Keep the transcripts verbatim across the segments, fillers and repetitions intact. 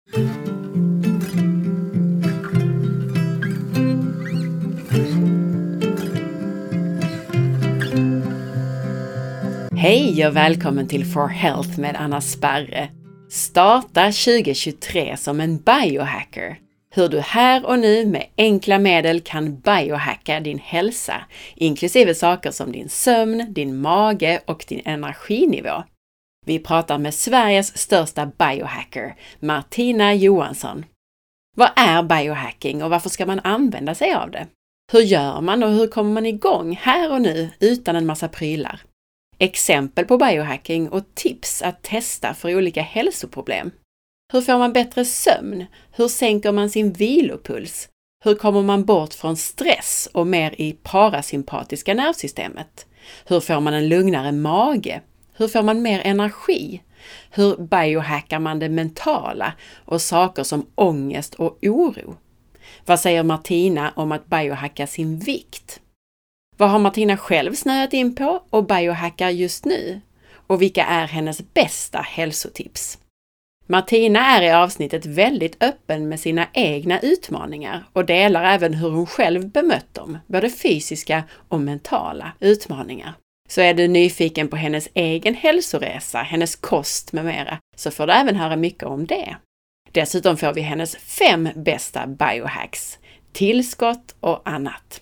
Hej och välkommen till For Health med Anna Sparre. Starta tjugo tjugotre som en biohacker. Hur du här och nu med enkla medel kan biohacka din hälsa, inklusive saker som din sömn, din mage och din energinivå. Vi pratar med Sveriges största biohacker, Martina Johansson. Vad är biohacking och varför ska man använda sig av det? Hur gör man och hur kommer man igång här och nu utan en massa prylar? Exempel på biohacking och tips att testa för olika hälsoproblem. Hur får man bättre sömn? Hur sänker man sin vilopuls? Hur kommer man bort från stress och mer i parasympatiska nervsystemet? Hur får man en lugnare mage? Hur får man mer energi? Hur biohackar man det mentala och saker som ångest och oro? Vad säger Martina om att biohacka sin vikt? Vad har Martina själv snöat in på och biohackar just nu? Och vilka är hennes bästa hälsotips? Martina är i avsnittet väldigt öppen med sina egna utmaningar och delar även hur hon själv bemött dem, både fysiska och mentala utmaningar. Så är du nyfiken på hennes egen hälsoresa, hennes kost med mera, så får du även höra mycket om det. Dessutom får vi hennes fem bästa biohacks, tillskott och annat.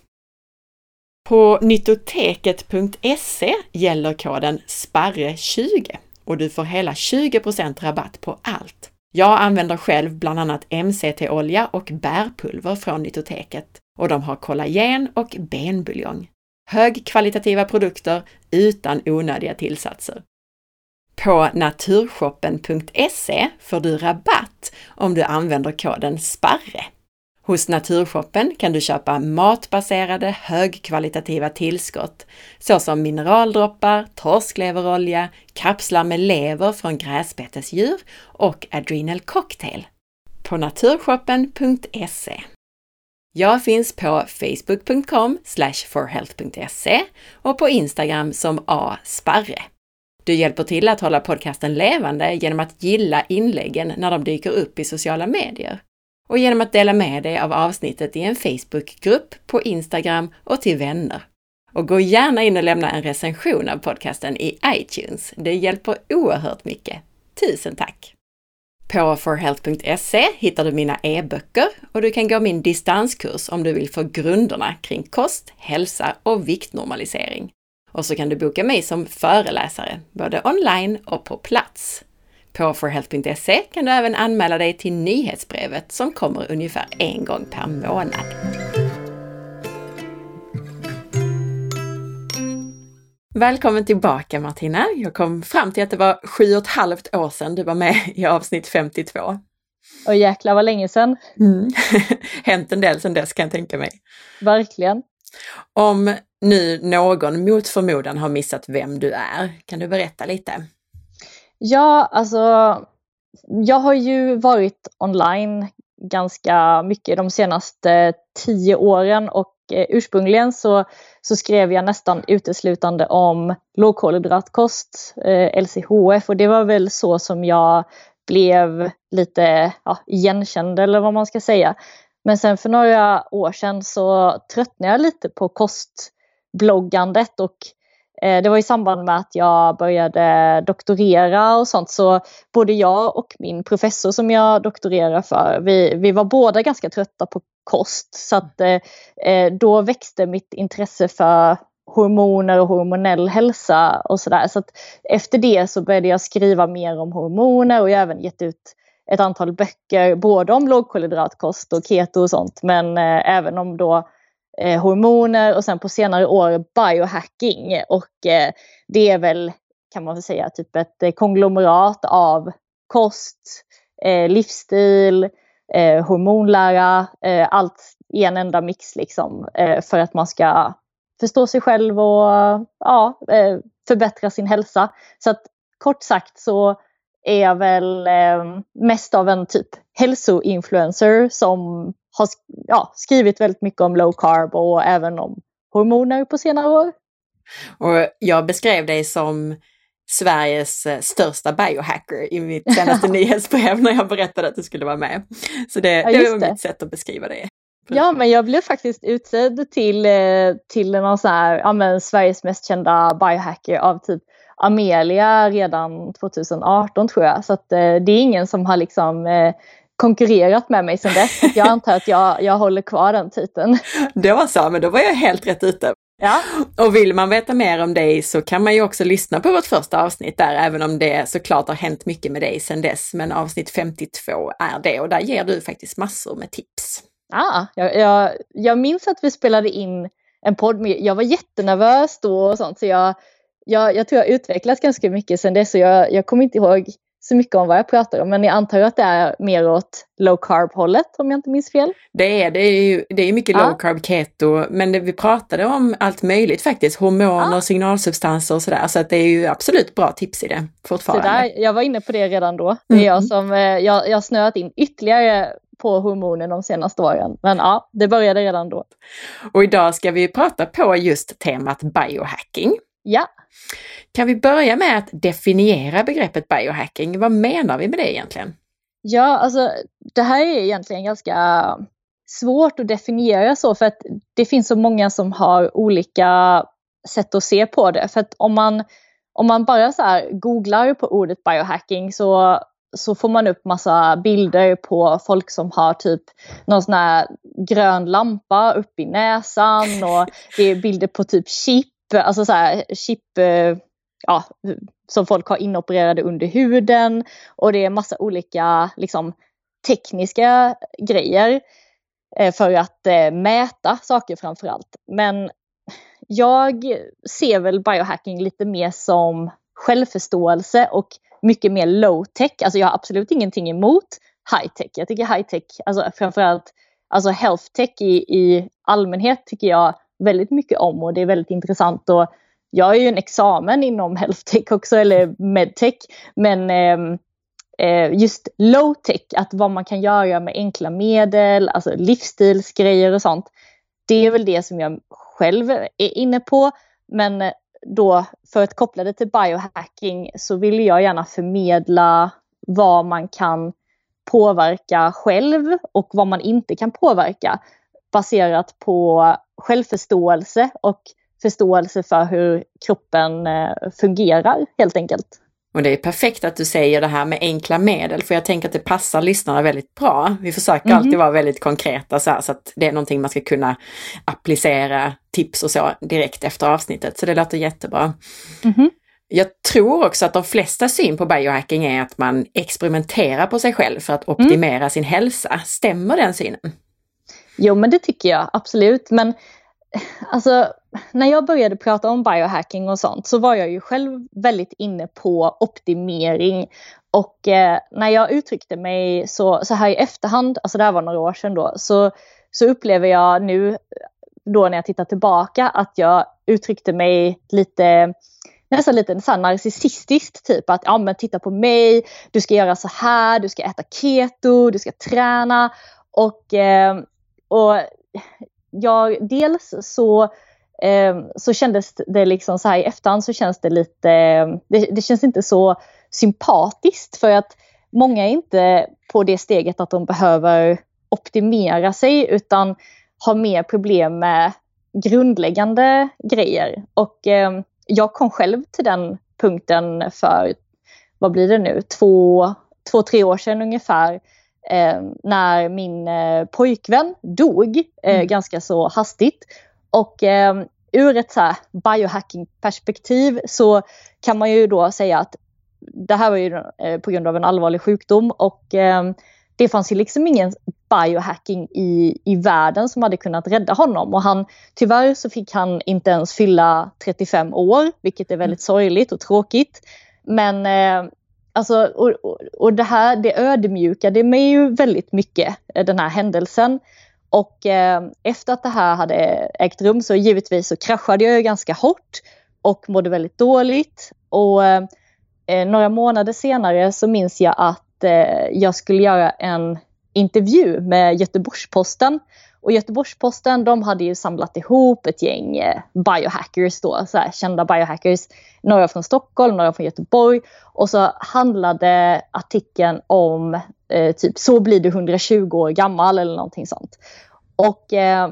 På nyttoteket punkt se gäller koden sparre tjugo och du får hela tjugo procent rabatt på allt. Jag använder själv bland annat M C T-olja och bärpulver från Nyttoteket och de har kollagen och benbuljong. Högkvalitativa produkter utan onödiga tillsatser. På naturshoppen punkt se får du rabatt om du använder koden sparre. Hos Naturshoppen kan du köpa matbaserade högkvalitativa tillskott såsom mineraldroppar, torskleverolja, kapslar med lever från gräsbetesdjur och Adrenal Cocktail. På naturshoppen punkt se. Jag finns på facebook punkt com slash forhealth punkt se och på Instagram som asparre. Du hjälper till att hålla podcasten levande genom att gilla inläggen när de dyker upp i sociala medier. Och genom att dela med dig av avsnittet i en Facebookgrupp, på Instagram och till vänner. Och gå gärna in och lämna en recension av podcasten i iTunes. Det hjälper oerhört mycket. Tusen tack! På forhealth punkt se hittar du mina e-böcker och du kan gå min distanskurs om du vill få grunderna kring kost, hälsa och viktnormalisering. Och så kan du boka mig som föreläsare, både online och på plats. På forhealth punkt se kan du även anmäla dig till nyhetsbrevet som kommer ungefär en gång per månad. Välkommen tillbaka Martina. Jag kom fram till att det var sju och ett halvt år sedan du var med i avsnitt femtiotvå. Och jäklar vad länge sedan. Mm. Hänt en del sedan dess kan jag tänka mig. Verkligen. Om nu någon mot förmodan har missat vem du är, kan du berätta lite? Ja, alltså jag har ju varit online ganska mycket de senaste tio åren och eh, ursprungligen så, så skrev jag nästan uteslutande om lågkolhydratkost, eh, L C H F, och det var väl så som jag blev lite ja, igenkänd eller vad man ska säga. Men sen för några år sedan så tröttnade jag lite på kostbloggandet och det var i samband med att jag började doktorera och sånt, så både jag och min professor som jag doktorerar för, vi, vi var båda ganska trötta på kost, så att eh, då växte mitt intresse för hormoner och hormonell hälsa och sådär. Så att efter det så började jag skriva mer om hormoner och jag har även gett ut ett antal böcker både om lågkolhydratkost och keto och sånt, men eh, även om då Eh, hormoner och sen på senare år biohacking, och eh, det är väl, kan man väl säga, typ ett eh, konglomerat av kost, eh, livsstil, eh, hormonlära, eh, allt i en enda mix liksom, eh, för att man ska förstå sig själv och ja, eh, förbättra sin hälsa. Så att kort sagt så är jag väl eh, mest av en typ hälsoinfluencer som har ja, skrivit väldigt mycket om low carb och även om hormoner på senare år. Och jag beskrev dig som Sveriges största biohacker i mitt senaste nyhetsbrev när jag berättade att du skulle vara med. Så det, ja, det var det. Mitt sätt att beskriva det. Ja, men jag blev faktiskt utsedd till, till någon sån här, ja, men Sveriges mest kända biohacker av typ Amelia redan tjugoarton tror jag. Så att det är ingen som har liksom konkurrerat med mig sedan dess. Jag antar att jag, jag håller kvar den titeln. Det var så, men då var jag helt rätt ute. Ja. Och vill man veta mer om dig så kan man ju också lyssna på vårt första avsnitt där, även om det såklart har hänt mycket med dig sedan dess. Men avsnitt femtiotvå är det, och där ger du faktiskt massor med tips. Ah, jag, jag, jag minns att vi spelade in en podd med, jag var jättenervös då och sånt, så jag, jag, jag tror jag utvecklats ganska mycket sedan dess, så jag, jag kommer inte ihåg så mycket om vad jag pratar om, men jag antar att det är mer åt low carb hållet om jag inte minns fel. Det är det är ju det är mycket ah. low carb keto, men det, vi pratade om allt möjligt faktiskt, hormoner, ah. signalsubstanser och sådär, så att det är ju absolut bra tips i det fortfarande. Så där, jag var inne på det redan då. Det är mm. jag som jag jag snöat in ytterligare på hormoner de senaste åren. Men ja, det började redan då. Och idag ska vi prata på just temat biohacking. Ja. Kan vi börja med att definiera begreppet biohacking? Vad menar vi med det egentligen? Ja, alltså det här är egentligen ganska svårt att definiera så, för att det finns så många som har olika sätt att se på det. För att om man, om man bara så här googlar på ordet biohacking så så får man upp massa bilder på folk som har typ någon sån här grön lampa upp i näsan, och det är bilder på typ chip, alltså så här chip, ja, som folk har inopererade under huden, och det är massa olika liksom tekniska grejer för att mäta saker framförallt. Men jag ser väl biohacking lite mer som självförståelse och mycket mer low-tech. Alltså jag har absolut ingenting emot high-tech. Jag tycker high-tech, alltså framförallt alltså health-tech i, i allmänhet tycker jag väldigt mycket om, och det är väldigt intressant. Och jag är ju en examen inom health-tech också, eller med-tech. Men eh, just low-tech, att vad man kan göra med enkla medel, alltså livsstilsgrejer och sånt. Det är väl det som jag själv är inne på. Men då för att koppla det till biohacking så vill jag gärna förmedla vad man kan påverka själv och vad man inte kan påverka, baserat på självförståelse och förståelse för hur kroppen fungerar helt enkelt. Och det är perfekt att du säger det här med enkla medel, för jag tänker att det passar lyssnarna väldigt bra. Vi försöker mm-hmm. alltid vara väldigt konkreta så, här, så att det är någonting man ska kunna applicera tips och så direkt efter avsnittet. Så det låter jättebra. Mm-hmm. Jag tror också att de flesta syn på biohacking är att man experimenterar på sig själv för att optimera mm. sin hälsa. Stämmer den synen? Jo, men det tycker jag absolut. Men alltså, när jag började prata om biohacking och sånt så var jag ju själv väldigt inne på optimering. Och eh, när jag uttryckte mig så, så här i efterhand, alltså det här var några år sedan då, så, så upplever jag nu då när jag tittar tillbaka att jag uttryckte mig lite, nästan lite så här narcissistiskt, typ att ja, men titta på mig, du ska göra så här, du ska äta keto, du ska träna. Och, eh, och jag, dels så, eh, så kändes det liksom så här i efterhand så känns det lite, det, det känns inte så sympatiskt, för att många är inte på det steget att de behöver optimera sig utan har mer problem med grundläggande grejer. Och eh, jag kom själv till den punkten för, vad blir det nu, två, två tre år sedan ungefär. Eh, när min eh, pojkvän dog eh, mm. ganska så hastigt. Och eh, ur ett så här biohacking-perspektiv så kan man ju då säga att det här var ju eh, på grund av en allvarlig sjukdom, och eh, det fanns ju liksom ingen biohacking i, i världen som hade kunnat rädda honom. Och han, tyvärr så fick han inte ens fylla trettiofem år, vilket är väldigt mm. sorgligt och tråkigt. Men eh, Alltså, och, och, och det här, det ödmjukade mig ju väldigt mycket, den här händelsen. Och eh, efter att det här hade ägt rum så givetvis så kraschade jag ju ganska hårt och mådde väldigt dåligt. Och eh, några månader senare så minns jag att eh, jag skulle göra en intervju med Göteborgs-Posten. Och Göteborgs-Posten, de hade ju samlat ihop ett gäng eh, biohackers då, så här, kända biohackers, några från Stockholm, några från Göteborg. Och så handlade artikeln om eh, typ så blir du hundratjugo år gammal eller någonting sånt. Och eh,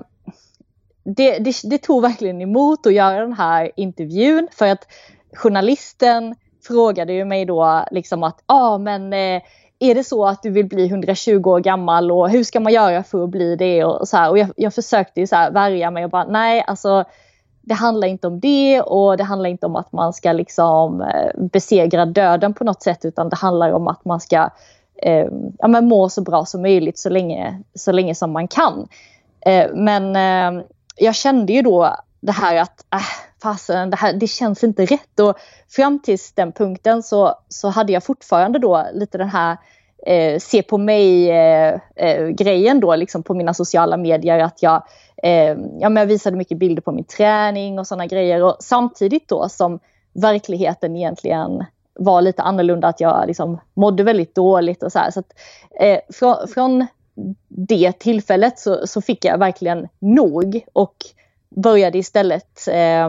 det, det, det tog verkligen emot att göra den här intervjun, för att journalisten frågade ju mig då liksom att ja ah, men eh, är det så att du vill bli hundratjugo år gammal och hur ska man göra för att bli det och, och så här. Och jag, jag försökte ju så här värja mig och bara nej, alltså det handlar inte om det, och det handlar inte om att man ska liksom besegra döden på något sätt, utan det handlar om att man ska eh, ja, men må så bra som möjligt så länge, så länge som man kan. Eh, men eh, jag kände ju då det här att äh, fasen, det, här, det känns inte rätt. Och fram till den punkten så, så hade jag fortfarande då lite den här eh, se på mig eh, eh, grejen då liksom på mina sociala medier, att jag, eh, ja, men jag visade mycket bilder på min träning och sådana grejer, och samtidigt då som verkligheten egentligen var lite annorlunda, att jag liksom mådde väldigt dåligt och så här. Så att, eh, från, från det tillfället så, så fick jag verkligen nog och började istället eh,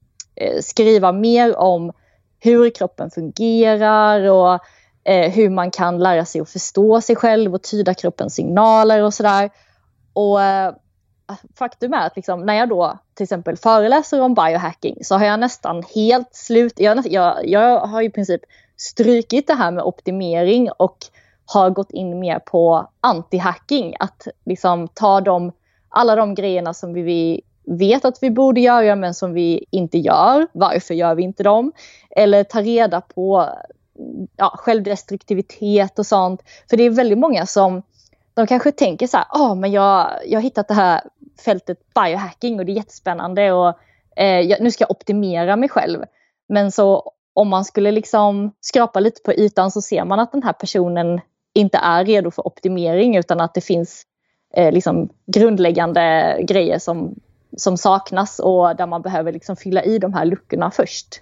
skriva mer om hur kroppen fungerar och eh, hur man kan lära sig att förstå sig själv och tyda kroppens signaler och sådär. Och eh, faktum är att liksom, när jag då till exempel föreläser om biohacking så har jag nästan helt slut. Jag, jag, jag har i princip strykit det här med optimering och har gått in mer på anti-hacking. Att liksom ta de, alla de grejerna som vi, vi vet att vi borde göra men som vi inte gör. Varför gör vi inte dem? Eller ta reda på ja, självdestruktivitet och sånt. För det är väldigt många som de kanske tänker så här, ja ah, men jag, jag har hittat det här fältet biohacking och det är jättespännande och eh, jag, nu ska jag optimera mig själv. Men så om man skulle liksom skrapa lite på ytan så ser man att den här personen inte är redo för optimering, utan att det finns eh, liksom grundläggande grejer som, som saknas och där man behöver liksom fylla i de här luckorna först.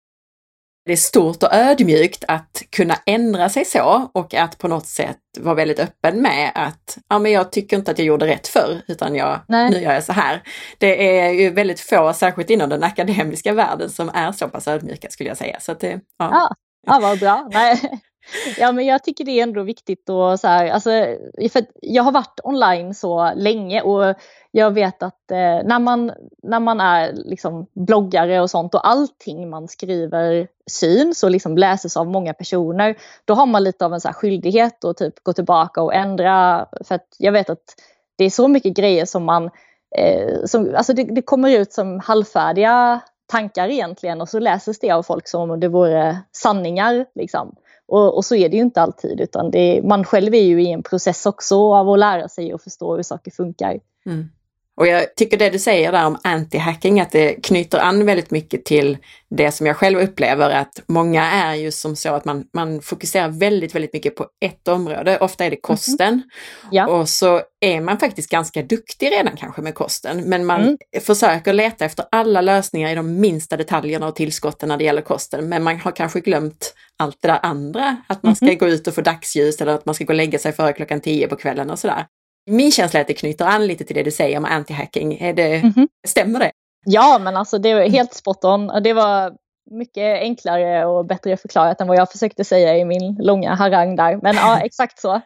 Det är stort och ödmjukt att kunna ändra sig så, och att på något sätt vara väldigt öppen med att ja, men jag tycker inte att jag gjorde rätt förr, utan jag, nu gör jag så här. Det är ju väldigt få, särskilt inom den akademiska världen, som är så pass ödmjuka skulle jag säga. Så att det, ja. Ja, ja, vad bra. Nej. Ja, men jag tycker det är ändå viktigt och så här, alltså, för jag har varit online så länge och jag vet att eh, när man när man är liksom bloggare och sånt och allting man skriver syns och liksom läses av många personer, då har man lite av en så här skyldighet att typ gå tillbaka och ändra, för att jag vet att det är så mycket grejer som man eh, som, alltså det, det kommer ut som halvfärdiga tankar egentligen, och så läses det av folk som om det vore sanningar liksom. Och, och så är det ju inte alltid, utan det, man själv är ju i en process också av att lära sig och förstå hur saker funkar. Mm. Och jag tycker det du säger där om anti-hacking, att det knyter an väldigt mycket till det som jag själv upplever, att många är ju som så att man, man fokuserar väldigt, väldigt mycket på ett område. Ofta är det kosten. Mm. Ja. Och så är man faktiskt ganska duktig redan kanske med kosten, men man mm. försöker leta efter alla lösningar i de minsta detaljerna och tillskotten när det gäller kosten. Men man har kanske glömt allt det där andra, att man ska mm. gå ut och få dagsljus, eller att man ska gå och lägga sig före klockan tio på kvällen och sådär. Min känsla är att det knyter an lite till det du säger om anti-hacking. Är det, mm-hmm. Stämmer det? Ja, men alltså det var helt spot on. Det var mycket enklare och bättre förklarat än vad jag försökte säga i min långa harang där. Men ja, exakt så.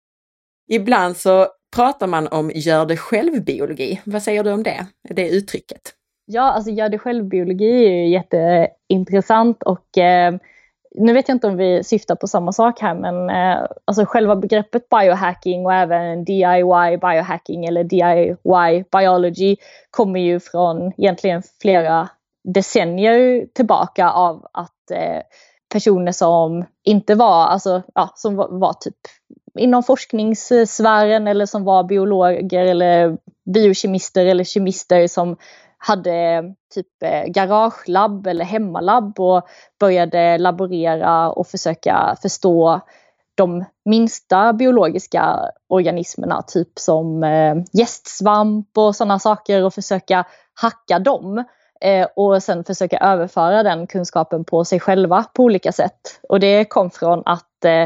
Ibland så pratar man om gör det själv-biologi. Vad säger du om det? Det uttrycket? Ja, alltså gör det själv-biologi är ju jätteintressant, och eh, nu vet jag inte om vi syftar på samma sak här, men eh, alltså själva begreppet biohacking och även D I Y biohacking eller D I Y biology kommer ju från egentligen flera decennier tillbaka, av att eh, personer som inte var, alltså ja, som var, var typ inom forskningssfären eller som var biologer eller biokemister eller kemister som hade typ garagelabb eller hemmalabb och började laborera och försöka förstå de minsta biologiska organismerna, typ som eh, jästsvamp och sådana saker, och försöka hacka dem eh, och sen försöka överföra den kunskapen på sig själva på olika sätt. Och det kom från att eh,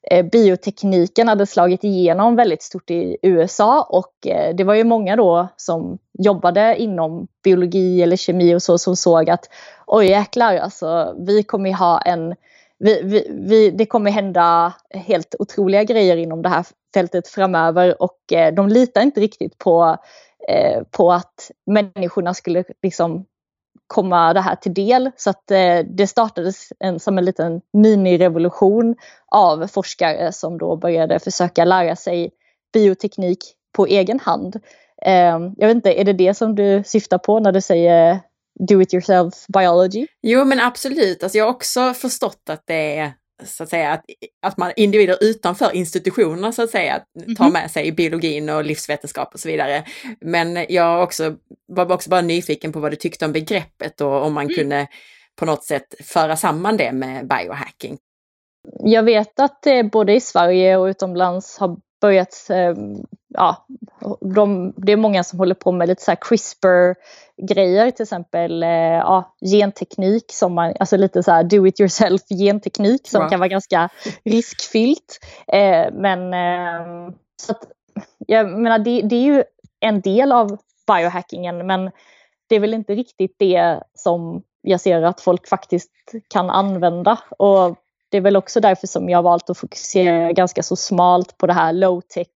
eh, biotekniken hade slagit igenom väldigt stort i U S A och eh, det var ju många då som jobbade inom biologi eller kemi och så som såg att oj jäklar, alltså vi kommer ha en vi, vi, vi, det kommer hända helt otroliga grejer inom det här fältet framöver och eh, de litar inte riktigt på, eh, på att människorna skulle liksom komma det här till del. Så att eh, det startades en, som en liten minirevolution av forskare som då började försöka lära sig bioteknik på egen hand. Eh, jag vet inte, är det det som du syftar på när du säger do it yourself biology? Jo, men absolut. Alltså jag har också förstått att det är så att säga att, att man individer utanför institutionerna så att säga tar med sig biologin och livsvetenskap och så vidare. Men jag också, var också bara nyfiken på vad du tyckte om begreppet och om man mm. kunde på något sätt föra samman det med biohacking. Jag vet att det både i Sverige och utomlands har börjat, ja, de, det är många som håller på med lite så här CRISPR-grejer, till exempel ja, genteknik, som man, alltså lite så här do it yourself genteknik som wow. kan vara ganska riskfyllt. Eh, men eh, så att, jag menar, det, det är ju en del av biohackingen, men det är väl inte riktigt det som jag ser att folk faktiskt kan använda. Och det är väl också därför som jag har valt att fokusera ganska så smalt på det här low-tech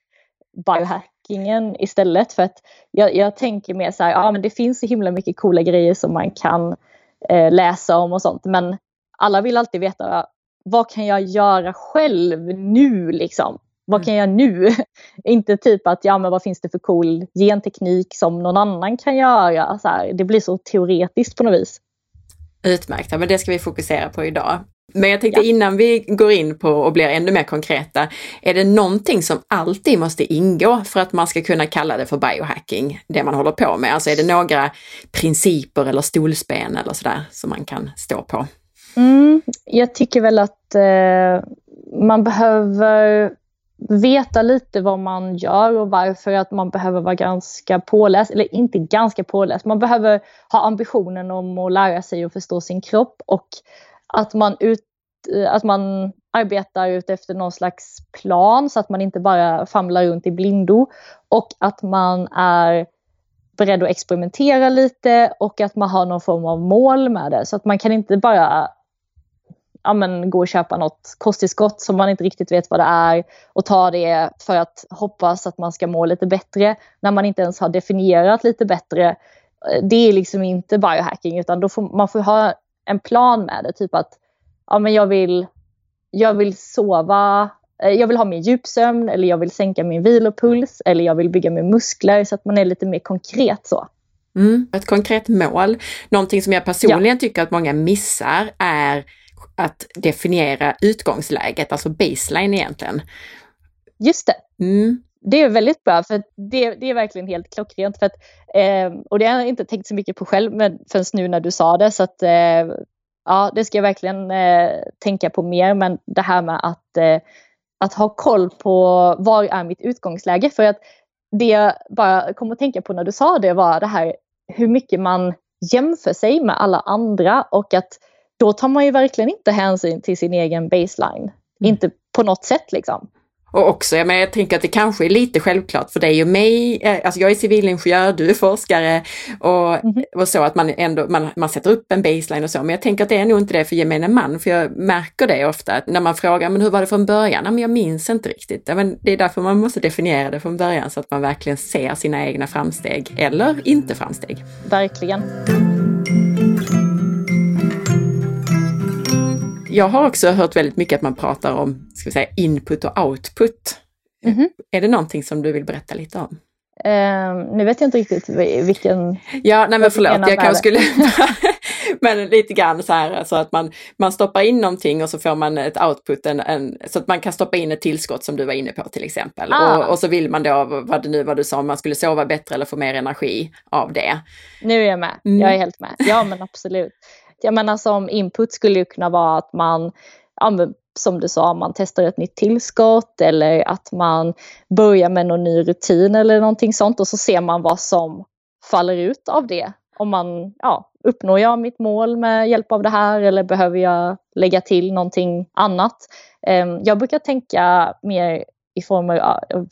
biohackingen istället. För att jag, jag tänker mer så här, ja men det finns så himla mycket coola grejer som man kan eh, läsa om och sånt. Men alla vill alltid veta, vad kan jag göra själv nu liksom? Vad kan jag nu? Inte typ att, ja men vad finns det för cool genteknik som någon annan kan göra? Så här, det blir så teoretiskt på något vis. Utmärkt, men det ska vi fokusera på idag. Men jag tänkte ja. innan vi går in på och blir ännu mer konkreta, är det någonting som alltid måste ingå för att man ska kunna kalla det för biohacking, det man håller på med? Alltså är det några principer eller stolsben eller sådär som man kan stå på? Mm, jag tycker väl att eh, man behöver veta lite vad man gör och varför, att man behöver vara ganska påläst, eller inte ganska påläst. Man behöver ha ambitionen om att lära sig att förstå sin kropp och att man, ut, att man arbetar ut efter någon slags plan så att man inte bara famlar runt i blindo, och att man är beredd att experimentera lite och att man har någon form av mål med det. Så att man kan inte bara ja, men, gå och köpa något kosttillskott som man inte riktigt vet vad det är och ta det för att hoppas att man ska må lite bättre när man inte ens har definierat lite bättre. Det är liksom inte biohacking, utan då får man får ha en plan med det, typ att ja, men jag vill jag vill sova, jag vill ha mer djupsömn, eller jag vill sänka min vilopuls, eller jag vill bygga mer muskler, så att man är lite mer konkret så. Mm, ett konkret mål. Någonting som jag personligen ja. tycker att många missar är att definiera utgångsläget, alltså baseline egentligen. Just det. Mm. Det är väldigt bra, för det, det är verkligen helt klockrent. För att, eh, och det har jag inte tänkt så mycket på själv men förrän nu när du sa det. Så att, eh, ja, det ska jag verkligen eh, tänka på mer. Men det här med att, eh, att ha koll på var är mitt utgångsläge. För att det jag bara kom att tänka på när du sa det var det här hur mycket man jämför sig med alla andra. Och att då tar man ju verkligen inte hänsyn till sin egen baseline. Mm. Inte på något sätt liksom. Och också, jag, men jag tänker att det kanske är lite självklart för dig och mig, alltså jag är civilingenjör, du är forskare och, mm-hmm. och så att man ändå, man, man sätter upp en baseline och så, men jag tänker att det är nog inte det för gemene man, för jag märker det ofta att när man frågar, men hur var det från början? Ja, men jag minns inte riktigt. Ja, men det är därför man måste definiera det från början så att man verkligen ser sina egna framsteg eller inte framsteg. Verkligen. Jag har också hört väldigt mycket att man pratar om, ska vi säga, input och output. Mm-hmm. Är det någonting som du vill berätta lite om? Uh, nu vet jag inte riktigt vilken... Ja, nej men förlåt, jag kanske skulle... men lite grann så här, alltså att man, man stoppar in någonting och så får man ett output, en, en, så att man kan stoppa in ett tillskott som du var inne på till exempel. Ah. Och, och så vill man då, vad det nu vad du sa, om man skulle sova bättre eller få mer energi av det. Nu är jag med, mm. jag är helt med. Ja, men absolut. Jag menar, som input skulle ju kunna vara att man, som du sa, man testar ett nytt tillskott eller att man börjar med någon ny rutin eller någonting sånt, och så ser man vad som faller ut av det. Om man, ja, uppnår jag mitt mål med hjälp av det här eller behöver jag lägga till någonting annat? Jag brukar tänka mer i former av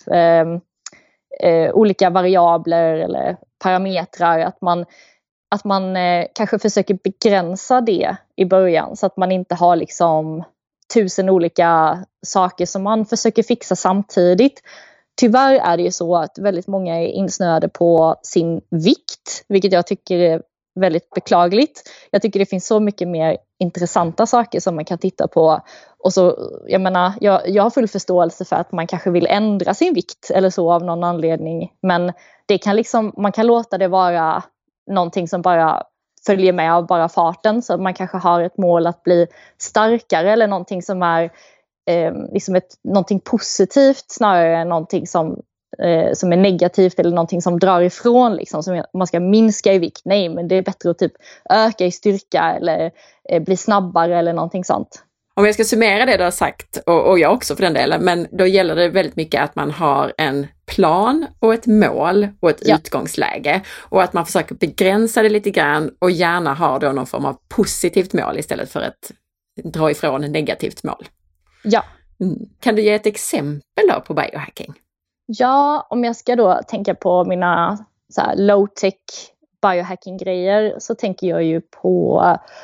eh, olika variabler eller parametrar, att man, att man eh, kanske försöker begränsa det i början så att man inte har liksom tusen olika saker som man försöker fixa samtidigt. Tyvärr är det ju så att väldigt många är insnöade på sin vikt, vilket jag tycker är väldigt beklagligt. Jag tycker det finns så mycket mer intressanta saker som man kan titta på. Och så, jag menar, jag, jag har full förståelse för att man kanske vill ändra sin vikt eller så av någon anledning. Men det kan liksom, man kan låta det vara någonting som bara följer med av bara farten. Så man kanske har ett mål att bli starkare eller någonting som är eh, liksom ett, någonting positivt snarare än någonting som Eh, som är negativt eller någonting som drar ifrån liksom, som man ska minska i vikt. Nej, men det är bättre att typ öka i styrka eller eh, bli snabbare eller någonting sånt. Om jag ska summera det du har sagt, och, och jag också för den delen, men då gäller det väldigt mycket att man har en plan och ett mål och ett ja. utgångsläge, och att man försöker begränsa det lite grann och gärna ha då någon form av positivt mål istället för att dra ifrån ett negativt mål. Ja. Mm. Kan du ge ett exempel då på biohacking? Ja, om jag ska då tänka på mina så här low-tech biohacking-grejer så tänker jag ju på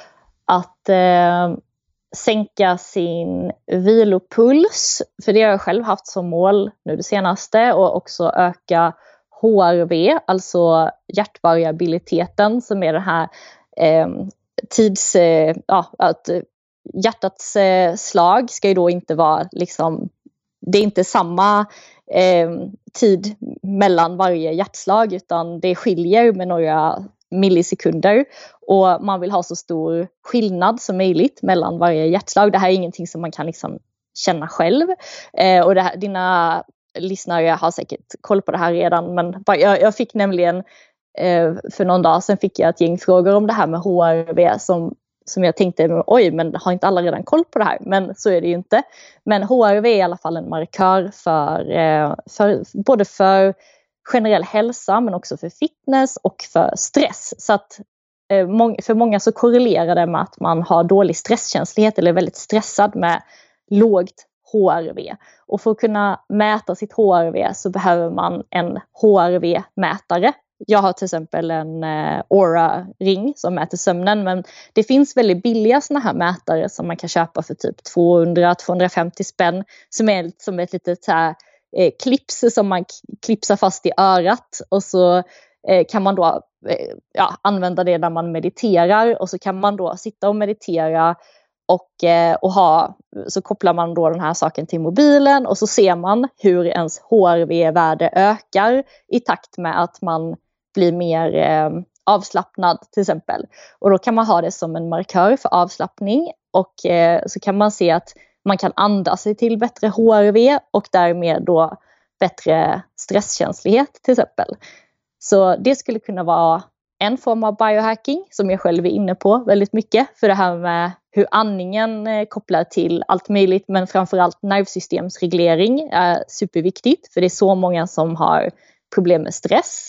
att eh, sänka sin vilopuls. För det har jag själv haft som mål nu det senaste, och också öka H R V, alltså hjärtvariabiliteten, som är det här eh, tids... Eh, ja, att hjärtats eh, slag ska ju då inte vara liksom... Det är inte samma eh, tid mellan varje hjärtslag, utan det skiljer med några millisekunder, och man vill ha så stor skillnad som möjligt mellan varje hjärtslag. Det här är ingenting som man kan liksom känna själv, eh, och det här, dina lyssnare har säkert koll på det här redan, men jag, jag fick nämligen eh, för någon dag sedan fick jag ett gäng frågor om det här med H R V som Som jag tänkte, oj, men har inte alla redan koll på det här? Men så är det ju inte. Men H R V är i alla fall en markör för, för både för generell hälsa, men också för fitness och för stress. Så att för många så korrelerar det med att man har dålig stresskänslighet eller är väldigt stressad med lågt H R V. Och för att kunna mäta sitt H R V så behöver man en H R V-mätare. Jag har till exempel en eh, Oura-ring som mäter sömnen, men det finns väldigt billiga såna här mätare som man kan köpa för typ tvåhundra till tvåhundrafemtio spänn, som är som ett litet så här, eh, clips som man k- klipsar fast i örat, och så eh, kan man då eh, ja, använda det när man mediterar, och så kan man då sitta och meditera och, eh, och ha, så kopplar man då den här saken till mobilen, och så ser man hur ens H R V-värde ökar i takt med att man blir mer eh, avslappnad till exempel. Och då kan man ha det som en markör för avslappning, och eh, så kan man se att man kan andas sig till bättre H R V och därmed då bättre stresskänslighet till exempel. Så det skulle kunna vara en form av biohacking som jag själv är inne på väldigt mycket, för det här med hur andningen eh, kopplar till allt möjligt, men framförallt nervsystemsreglering är superviktigt, för det är så många som har problem med stress.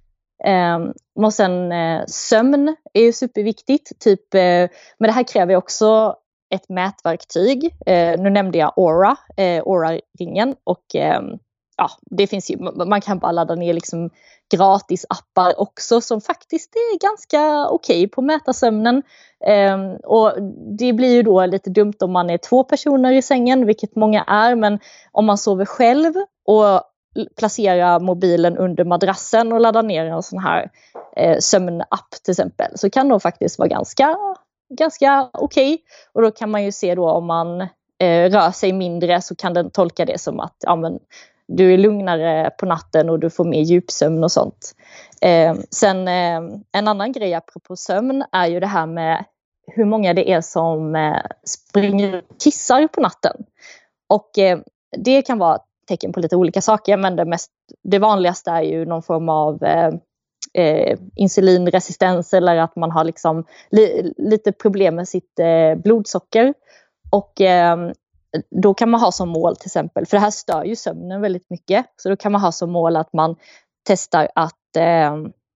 Um, och sen uh, sömn är ju superviktigt, typ, uh, men det här kräver också ett mätverktyg. Uh, nu nämnde jag Oura, uh, Oura-ringen, och um, ja, det finns ju, man kan bara ladda ner liksom gratis appar också som faktiskt är ganska okej okay på att mäta sömnen. Um, och det blir ju då lite dumt om man är två personer i sängen, vilket många är, men om man sover själv och placera mobilen under madrassen och ladda ner en sån här eh, sömnapp till exempel, så kan det faktiskt vara ganska, ganska okej. Okay. Och då kan man ju se då om man eh, rör sig mindre, så kan den tolka det som att ja, men, du är lugnare på natten och du får mer djupsömn och sånt. Eh, sen eh, en annan grej apropå sömn är ju det här med hur många det är som eh, springer och kissar på natten. Och eh, det kan vara tecken på lite olika saker, men det, mest, det vanligaste är ju någon form av eh, eh, insulinresistens, eller att man har liksom li, lite problem med sitt eh, blodsocker. Och eh, då kan man ha som mål till exempel, för det här stör ju sömnen väldigt mycket, så då kan man ha som mål att man testar att eh,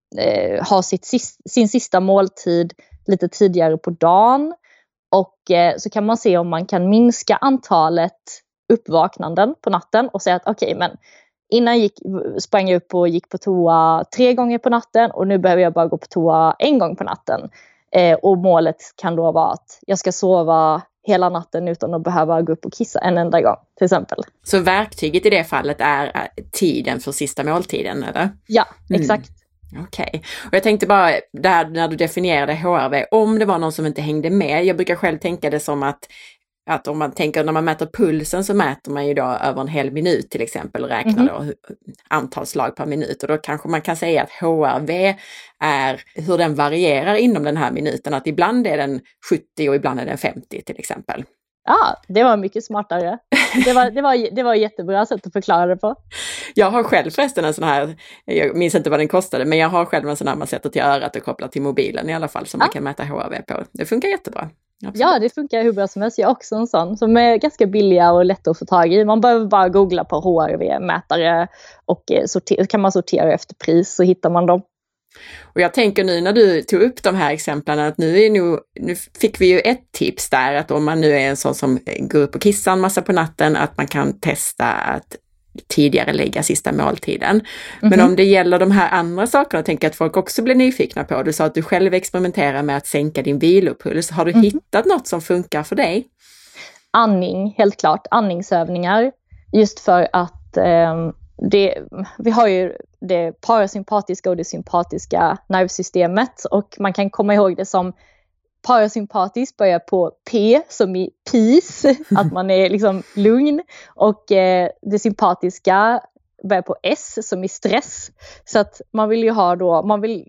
eh, ha sitt, sin sista måltid lite tidigare på dagen. Och eh, så kan man se om man kan minska antalet uppvaknanden på natten och säga att okej, okay, men innan gick, sprang jag upp och gick på toa tre gånger på natten och nu behöver jag bara gå på toa en gång på natten. Eh, och målet kan då vara att jag ska sova hela natten utan att behöva gå upp och kissa en enda gång, till exempel. Så verktyget i det fallet är tiden för sista måltiden, eller? Ja, exakt. Mm. Okej. Okay. Och jag tänkte bara, där när du definierade H R V, om det var någon som inte hängde med, jag brukar själv tänka det som att Att om man tänker, när man mäter pulsen så mäter man ju då över en hel minut till exempel och räknar mm-hmm. då antal slag per minut. Och då kanske man kan säga att H R V är hur den varierar inom den här minuten. Att ibland är den sjuttio och ibland är den femtio till exempel. Ja, det var mycket smartare. Det var, det var, det var ett jättebra sätt att förklara det på. Jag har själv förresten en sån här, jag minns inte vad den kostade, men jag har själv en sån här man sätter till örat och kopplar till mobilen i alla fall som ja. man kan mäta H R V på. Det funkar jättebra. Absolut. Ja, det funkar hur bra som helst. Jag har också en sån som är ganska billiga och lätt att få tag i. Man behöver bara googla på H R V-mätare och sortera, kan man sortera efter pris så hittar man dem. Och jag tänker nu när du tog upp de här exemplen att nu, är nu, nu fick vi ju ett tips där att om man nu är en sån som går upp och kissar en massa på natten att man kan testa att tidigare lägga sista måltiden. Men mm-hmm. om det gäller de här andra sakerna tänker jag att folk också blir nyfikna på. Du sa att du själv experimenterar med att sänka din vilopuls. Har du mm-hmm. hittat något som funkar för dig? Andning, helt klart. Andningsövningar. Just för att eh, det, vi har ju det parasympatiska och det sympatiska nervsystemet och man kan komma ihåg det som parasympatiskt börjar på P som i peace, att man är liksom lugn, och eh, det sympatiska börjar på S som i stress. Så att man vill ju ha då, man vill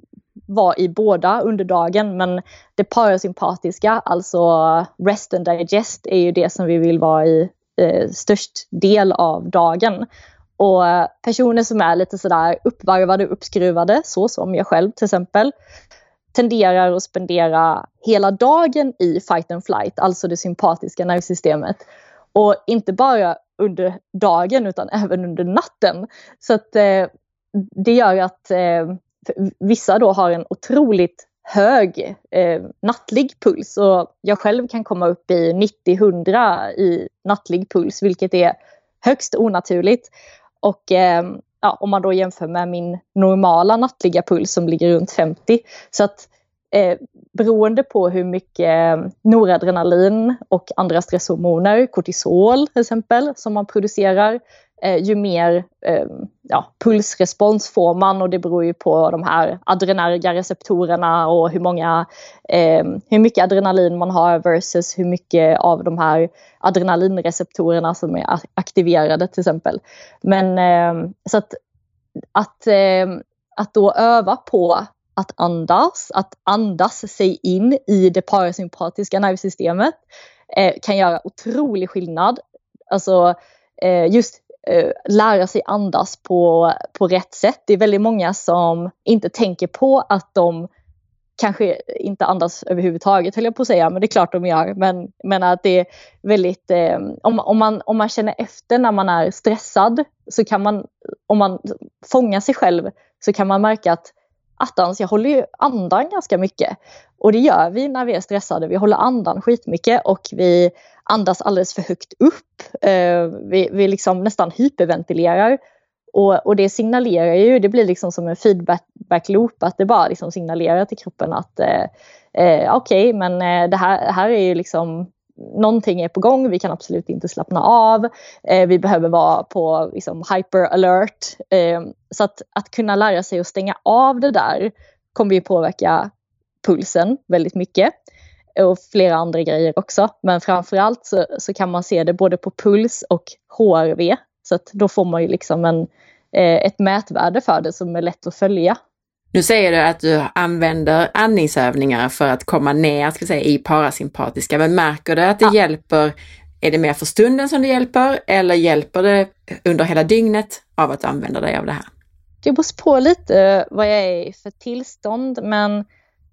vara i båda under dagen, men det parasympatiska, alltså rest and digest, är ju det som vi vill vara i eh, störst del av dagen. Och personer som är lite sådär uppvarvade och uppskruvade, så som jag själv till exempel, tenderar att spendera hela dagen i fight and flight, alltså det sympatiska nervsystemet. Och inte bara under dagen utan även under natten. Så att eh, det gör att eh, vissa då har en otroligt hög eh, nattlig puls. Och jag själv kan komma upp i nittio till hundra i nattlig puls, vilket är högst onaturligt. Och eh, ja, om man då jämför med min normala nattliga puls som ligger runt femtio. Så att eh, beroende på hur mycket noradrenalin och andra stresshormoner, kortisol till exempel, som man producerar, eh, ju mer eh, ja, pulsrespons får man. Och det beror ju på de här adrenerga receptorerna och hur många eh, hur mycket adrenalin man har versus hur mycket av de här adrenalinreceptorerna som är aktiverade till exempel. Men eh, så att att, eh, att då öva på att andas, att andas sig in i det parasympatiska nervsystemet eh, kan göra otrolig skillnad. Alltså eh, just eh, lära sig andas på, på rätt sätt. Det är väldigt många som inte tänker på att de kanske inte andas överhuvudtaget, höll jag på att säga, men det är klart de gör. Men, men att det är väldigt, eh, om, om, man, om man känner efter när man är stressad, så kan man, om man fångar sig själv, så kan man märka att attans, jag håller ju andan ganska mycket. Och det gör vi när vi är stressade. Vi håller andan skitmycket och vi andas alldeles för högt upp. Eh, vi, vi liksom nästan hyperventilerar. Och, och det signalerar ju, det blir liksom som en feedback loop, att det bara liksom signalerar till kroppen att eh, eh, okej, okay, men eh, det här, här är ju liksom, någonting är på gång, vi kan absolut inte slappna av, eh, vi behöver vara på liksom, hyper alert. Eh, så att, att kunna lära sig att stänga av det där kommer ju påverka pulsen väldigt mycket. Och flera andra grejer också. Men framförallt så, så kan man se det både på puls och H R V. Så att då får man ju liksom en, eh, ett mätvärde för det som är lätt att följa. Nu säger du att du använder andningsövningar för att komma ner, ska säga, i parasympatiska. Men märker du att det ja. hjälper, är det mer för stunden som det hjälper? Eller hjälper det under hela dygnet av att använda dig av det här? Det beror på lite vad jag är i för tillstånd. Men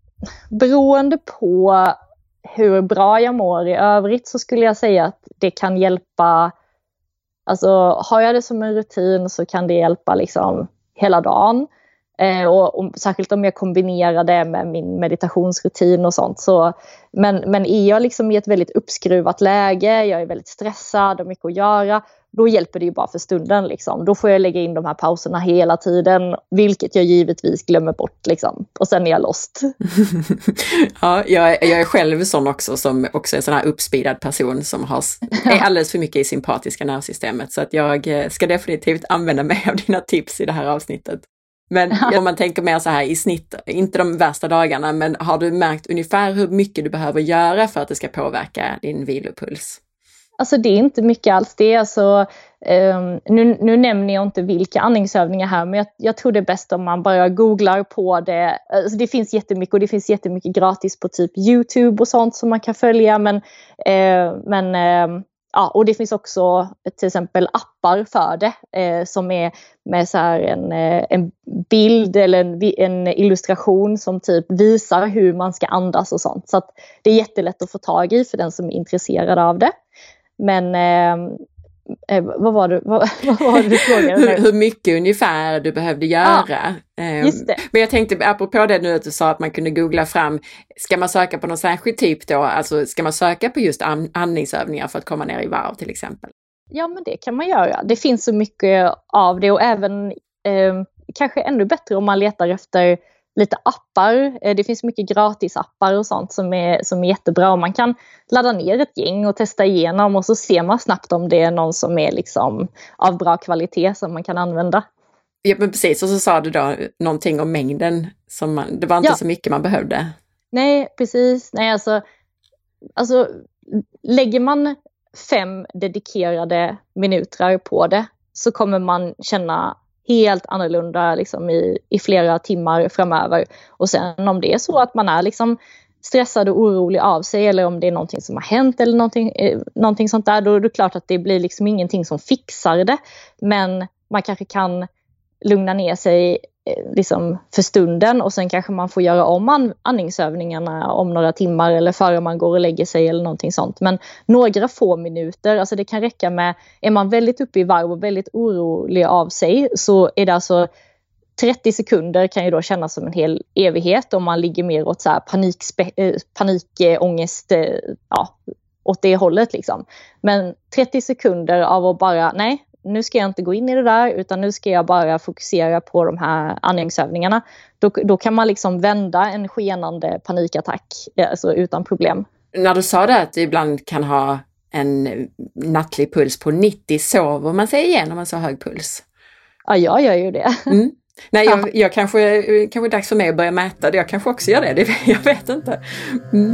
beroende på hur bra jag mår i övrigt så skulle jag säga att det kan hjälpa. Alltså har jag det som en rutin så kan det hjälpa liksom hela dagen. Eh, och, och särskilt om jag kombinerar det med min meditationsrutin och sånt. Så, men, men är jag liksom i ett väldigt uppskruvat läge, jag är väldigt stressad och mycket att göra, då hjälper det ju bara för stunden. Liksom. Då får jag lägga in de här pauserna hela tiden, vilket jag givetvis glömmer bort. Liksom. Och sen är jag lost. Ja, jag, jag är själv sån också, som också är en sån här uppspeedad person som har, är alldeles för mycket i sympatiska nervsystemet. Så att jag ska definitivt använda mig av dina tips i det här avsnittet. Men om man tänker mer så här i snitt, inte de värsta dagarna, men har du märkt ungefär hur mycket du behöver göra för att det ska påverka din vilopuls? Alltså det är inte mycket alls det. Alltså, um, nu, nu nämner jag inte vilka andningsövningar här, men jag, jag tror det är bäst om man bara googlar på det. Alltså det finns jättemycket, och det finns jättemycket gratis på typ YouTube och sånt som man kan följa. Men, uh, men uh, ja, och det finns också till exempel appar för det uh, som är med så här en, uh, en bild eller en, en illustration som typ visar hur man ska andas och sånt. Så att det är jättelätt att få tag i för den som är intresserad av det. Men eh, vad var det, vad, vad var det du frågade? hur, hur mycket ungefär du behövde göra. Ja, just det. Men jag tänkte, apropå det nu att du sa att man kunde googla fram, ska man söka på någon särskild typ då? Alltså ska man söka på just andningsövningar för att komma ner i varv till exempel? Ja, men det kan man göra. Det finns så mycket av det, och även eh, kanske ännu bättre om man letar efter lite appar. Det finns mycket gratis appar och sånt som är, som är jättebra. Man kan ladda ner ett gäng och testa igenom, och så ser man snabbt om det är någon som är liksom av bra kvalitet som man kan använda. Ja, men precis. Och så sa du då någonting om mängden. Som man, det var inte ja. så mycket man behövde. Nej, precis. Nej, alltså, alltså lägger man fem dedikerade minuter på det, så kommer man känna helt annorlunda liksom i, i flera timmar framöver. Och sen om det är så att man är liksom stressad och orolig av sig, eller om det är någonting som har hänt eller någonting, eh, någonting sånt där, då är det klart att det blir liksom ingenting som fixar det. Men man kanske kan lugna ner sig eh, liksom för stunden, och sen kanske man får göra om an- andningsövningarna om några timmar eller före man går och lägger sig eller någonting sånt. Men några få minuter, alltså det kan räcka med, är man väldigt uppe i varv och väldigt orolig av sig, så är det alltså trettio sekunder kan ju då kännas som en hel evighet om man ligger mer åt så här panikspe- panikångest, ja, åt det hållet liksom. Men trettio sekunder av att bara, nej, nu ska jag inte gå in i det där, utan nu ska jag bara fokusera på de här andningsövningarna. Då, då kan man liksom vända en skenande panikattack, alltså utan problem. När du sa det att du ibland kan ha en nattlig puls på nittio, sover man sig igen om man så hög puls? Ja, jag gör ju det. Mm. Nej, jag, jag kanske, kanske är dags för mig att börja mäta det. Jag kanske också gör det, det jag vet inte. Mm.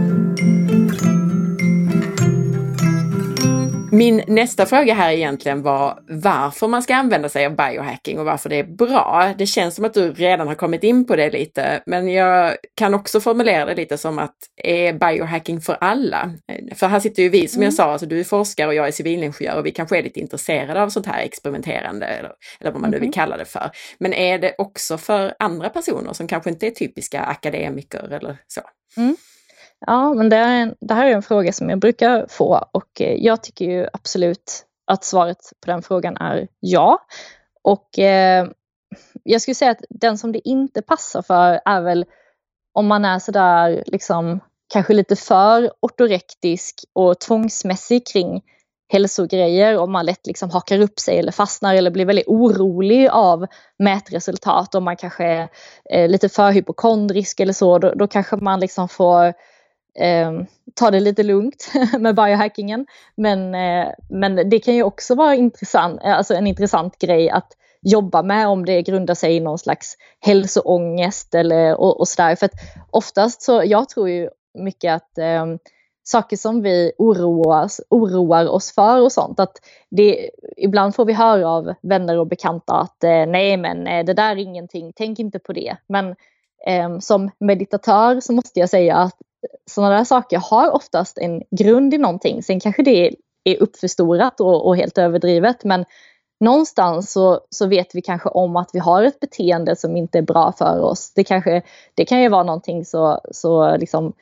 Min nästa fråga här egentligen var varför man ska använda sig av biohacking och varför det är bra. Det känns som att du redan har kommit in på det lite, men jag kan också formulera det lite som att är biohacking för alla? För här sitter ju vi, som jag sa, alltså du är forskare och jag är civilingenjör, och vi kanske är lite intresserade av sånt här experimenterande eller, eller vad man nu vill kalla det för. Men är det också för andra personer som kanske inte är typiska akademiker eller så? Mm. Ja, men det, är en, det här är en fråga som jag brukar få, och jag tycker ju absolut att svaret på den frågan är ja. Och eh, jag skulle säga att den som det inte passar för är väl om man är sådär liksom kanske lite för ortorektisk och tvångsmässig kring hälsogrejer, om man lätt liksom hakar upp sig eller fastnar eller blir väldigt orolig av mätresultat, om man kanske är eh, lite för hypokondrisk eller så, då, då kanske man liksom får Eh, ta det lite lugnt med biohackingen, men, eh, men det kan ju också vara intressant, alltså en intressant grej att jobba med om det grundar sig i någon slags hälsoångest eller, och, och sådär, för att oftast så, jag tror ju mycket att eh, saker som vi oroas, oroar oss för och sånt, att det, ibland får vi höra av vänner och bekanta att eh, nej men eh, det där är ingenting, tänk inte på det, men eh, som meditatör så måste jag säga att sådana där saker har oftast en grund i någonting. Sen kanske det är uppförstorat och, och helt överdrivet. Men någonstans så, så vet vi kanske om att vi har ett beteende som inte är bra för oss. Det, kanske, det kan ju vara någonting så, så liksom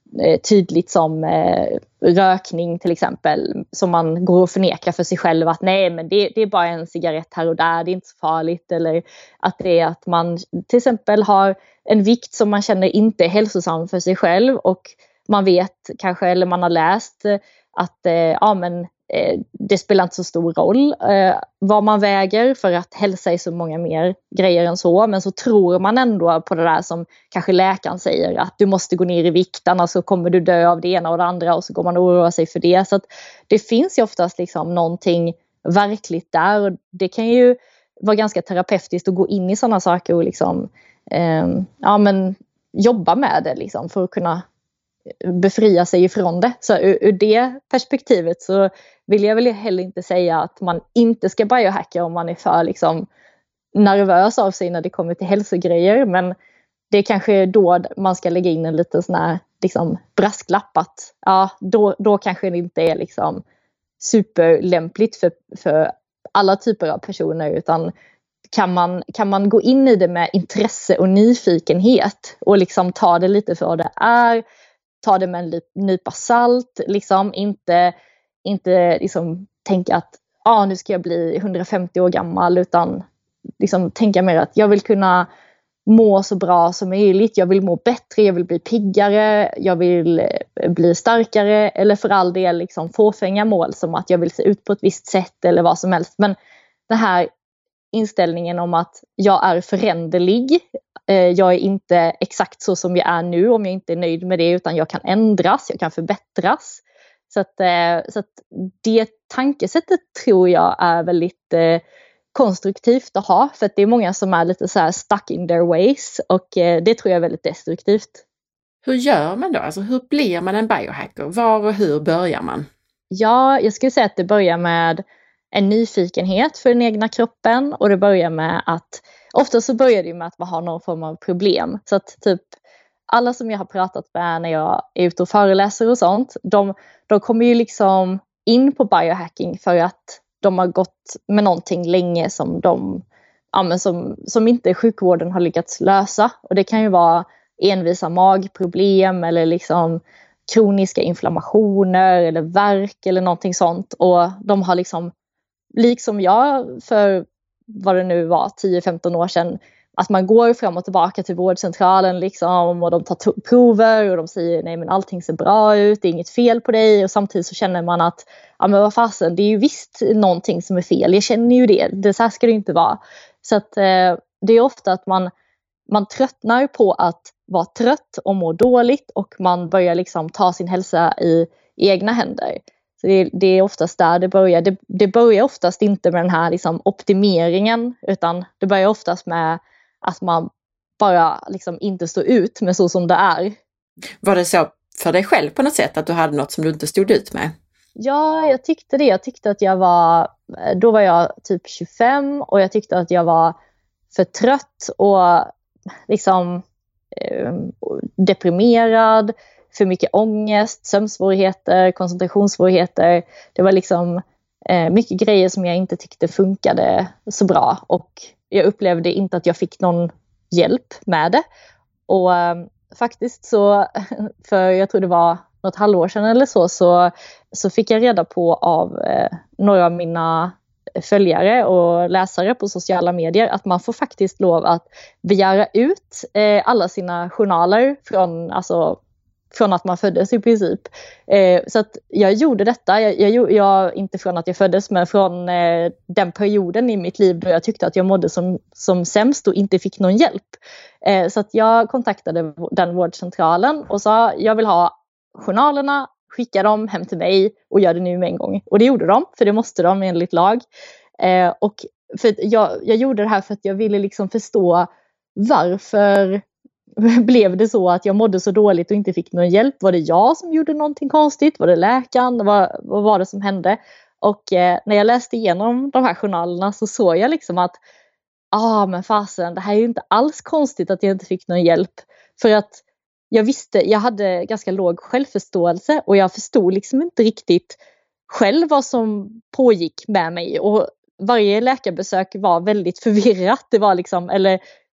tydligt som eh, rökning till exempel, som man går och förnekar för sig själv att nej, men det, det är bara en cigarett här och där, det är inte så farligt. Eller att det är att man till exempel har en vikt som man känner inte är hälsosam för sig själv, och man vet kanske, eller man har läst att eh, ja, men, eh, det spelar inte så stor roll eh, vad man väger, för att hälsa är så många mer grejer än så. Men så tror man ändå på det där som kanske läkaren säger, att du måste gå ner i vikt, annars så kommer du dö av det ena och det andra, och så går man och oroar sig för det. Så att det finns ju oftast liksom någonting verkligt där, och det kan ju vara ganska terapeutiskt att gå in i sådana saker och liksom, eh, ja, men, jobba med det liksom, för att kunna befria sig ifrån det. Så ur, ur det perspektivet så vill jag väl heller inte säga att man inte ska biohacka om man är för liksom nervös av sig när det kommer till hälsogrejer, men det är kanske då man ska lägga in en liten sån här liksom brasklapp att ja, då, då kanske det inte är liksom superlämpligt för, för alla typer av personer, utan kan man, kan man gå in i det med intresse och nyfikenhet och liksom ta det lite för vad det är, ta det med en nypa salt, liksom inte, inte liksom tänka att ah, nu ska jag bli hundrafemtio år gammal, utan liksom tänka mer att jag vill kunna må så bra som möjligt, jag vill må bättre, jag vill bli piggare, jag vill bli starkare, eller för all del liksom fåfänga mål som att jag vill se ut på ett visst sätt eller vad som helst. Men det här inställningen om att jag är föränderlig, jag är inte exakt så som jag är nu om jag inte är nöjd med det, utan jag kan ändras, jag kan förbättras. Så att, så att det tankesättet tror jag är väldigt konstruktivt att ha, för att det är många som är lite så här stuck in their ways, och det tror jag är väldigt destruktivt. Hur gör man då? Alltså hur blir man en biohacker? Var och hur börjar man? Ja, jag skulle säga att det börjar med en nyfikenhet för den egna kroppen, och det börjar med att ofta så börjar det med att man har någon form av problem. Så att typ alla som jag har pratat med när jag är ute och föreläser och sånt, de, de kommer ju liksom in på biohacking för att de har gått med någonting länge som de, ja, men som, som inte sjukvården har lyckats lösa. Och det kan ju vara envisa magproblem eller liksom kroniska inflammationer eller värk eller någonting sånt. Och de har liksom, liksom jag för vad det nu var, tio femton år sedan, att man går fram och tillbaka till vårdcentralen liksom, och de tar to- prover och de säger nej men allting ser bra ut, det är inget fel på dig, och samtidigt så känner man att ja men vad fasen, det är ju visst någonting som är fel, jag känner ju det, det så här ska det inte vara. Så att eh, det är ofta att man, man tröttnar på att vara trött och må dåligt, och man börjar liksom ta sin hälsa i egna händer. Så det, det är oftast där det börjar. Det, det börjar oftast inte med den här liksom optimeringen, utan det börjar oftast med att man bara liksom inte står ut med så som det är. Var det så för dig själv på något sätt, att du hade något som du inte stod ut med? Ja, jag tyckte det. Jag tyckte att jag var, då var jag typ tjugofem, och jag tyckte att jag var för trött och liksom eh, deprimerad, för mycket ångest, sömnsvårigheter, koncentrationssvårigheter. Det var liksom eh, mycket grejer som jag inte tyckte funkade så bra, och jag upplevde inte att jag fick någon hjälp med det. Och eh, faktiskt så, för jag tror det var något halvår sedan eller så, så, så fick jag reda på av eh, några av mina följare och läsare på sociala medier att man får faktiskt lov att begära ut eh, alla sina journaler från, alltså, från att man föddes i princip. Eh, så att jag gjorde detta, jag, jag, jag, inte från att jag föddes, men från eh, den perioden i mitt liv då jag tyckte att jag mådde som, som sämst och inte fick någon hjälp. Eh, så att jag kontaktade den vårdcentralen och sa jag vill ha journalerna, skicka dem hem till mig och gör det nu med en gång. Och det gjorde de, för det måste de enligt lag. Eh, och för jag, jag gjorde det här för att jag ville liksom förstå varför blev det så att jag mådde så dåligt och inte fick någon hjälp. Var det jag som gjorde någonting konstigt? Var det läkaren? Vad, vad var det som hände? Och eh, när jag läste igenom de här journalerna så såg jag liksom att ah, men fasen, det här är ju inte alls konstigt att jag inte fick någon hjälp. För att jag visste, jag hade ganska låg självförståelse och jag förstod liksom inte riktigt själv vad som pågick med mig. Och varje läkarbesök var väldigt förvirrat. Det var liksom, eller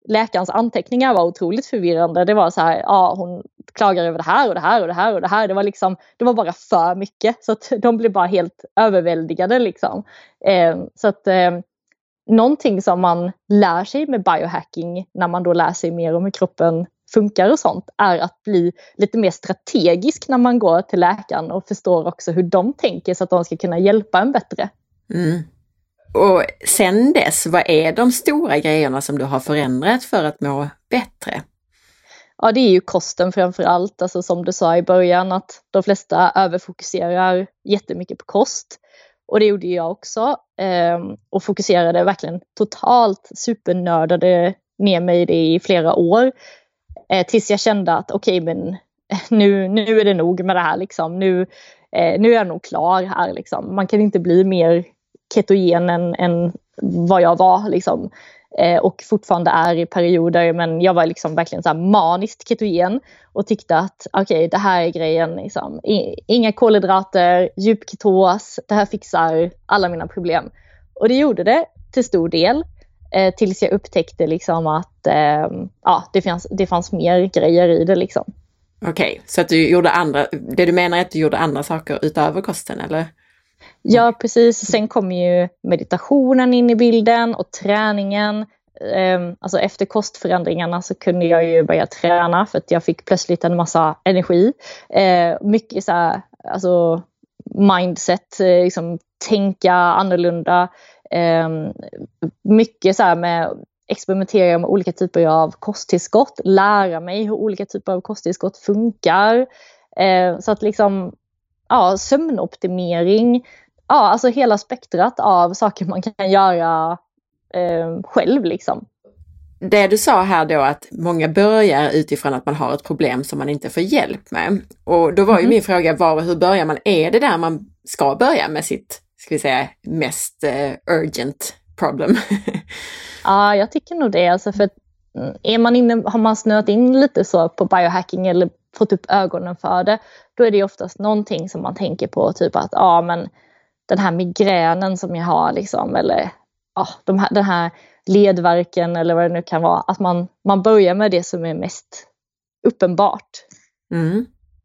läkarens anteckningar var otroligt förvirrande. Det var så här, ja, hon klagar över det här och det här och det här och det här. Det var liksom, det var bara för mycket. Så att de blev bara helt överväldigade liksom. Eh, så att eh, någonting som man lär sig med biohacking när man då lär sig mer om hur kroppen funkar och sånt är att bli lite mer strategisk när man går till läkaren och förstår också hur de tänker så att de ska kunna hjälpa en bättre. Mm. Och sen dess, vad är de stora grejerna som du har förändrat för att må bättre? Ja, det är ju kosten framför allt. Alltså som du sa i början att de flesta överfokuserar jättemycket på kost. Och det gjorde jag också. Eh, och fokuserade verkligen totalt supernördade ner mig i det i flera år. Eh, tills jag kände att okej, okay, men nu, nu är det nog med det här. Liksom. Nu, eh, nu är jag nog klar här. Liksom. Man kan inte bli mer ketogen än, än vad jag var. Liksom. Eh, och fortfarande är i perioder. Men jag var liksom verkligen så här maniskt ketogen. Och tyckte att okej, okay, det här är grejen. Liksom. Inga kolhydrater, djup ketos. Det här fixar alla mina problem. Och det gjorde det till stor del. Eh, tills jag upptäckte liksom att eh, ja, det, fanns, det fanns mer grejer i det. Liksom. Okej, okay, så att du gjorde andra, det du menar är att du gjorde andra saker utöver kosten, eller? Ja, precis. Sen kom ju meditationen in i bilden och träningen. Eh, alltså efter kostförändringarna så kunde jag ju börja träna för att jag fick plötsligt en massa energi. Eh, mycket så här, alltså mindset, eh, liksom tänka annorlunda. Eh, mycket så här med experimentera med olika typer av kosttillskott, lära mig hur olika typer av kosttillskott funkar. Eh, så att liksom, ja, sömnoptimering, ja, alltså hela spektrat av saker man kan göra eh, själv liksom. Det du sa här då att många börjar utifrån att man har ett problem som man inte får hjälp med. Och då var ju mm. min fråga, var och hur börjar man? Är det där man ska börja med sitt, ska vi säga, mest uh, urgent problem? Ja, jag tycker nog det. Alltså för att är man inne, har man snöat in lite så på biohacking eller fått upp ögonen för det, då är det oftast någonting som man tänker på. Typ att ja, men den här migränen som jag har liksom, eller ja, de här, den här ledvärken eller vad det nu kan vara. Att man, man börjar med det som är mest uppenbart. Mm.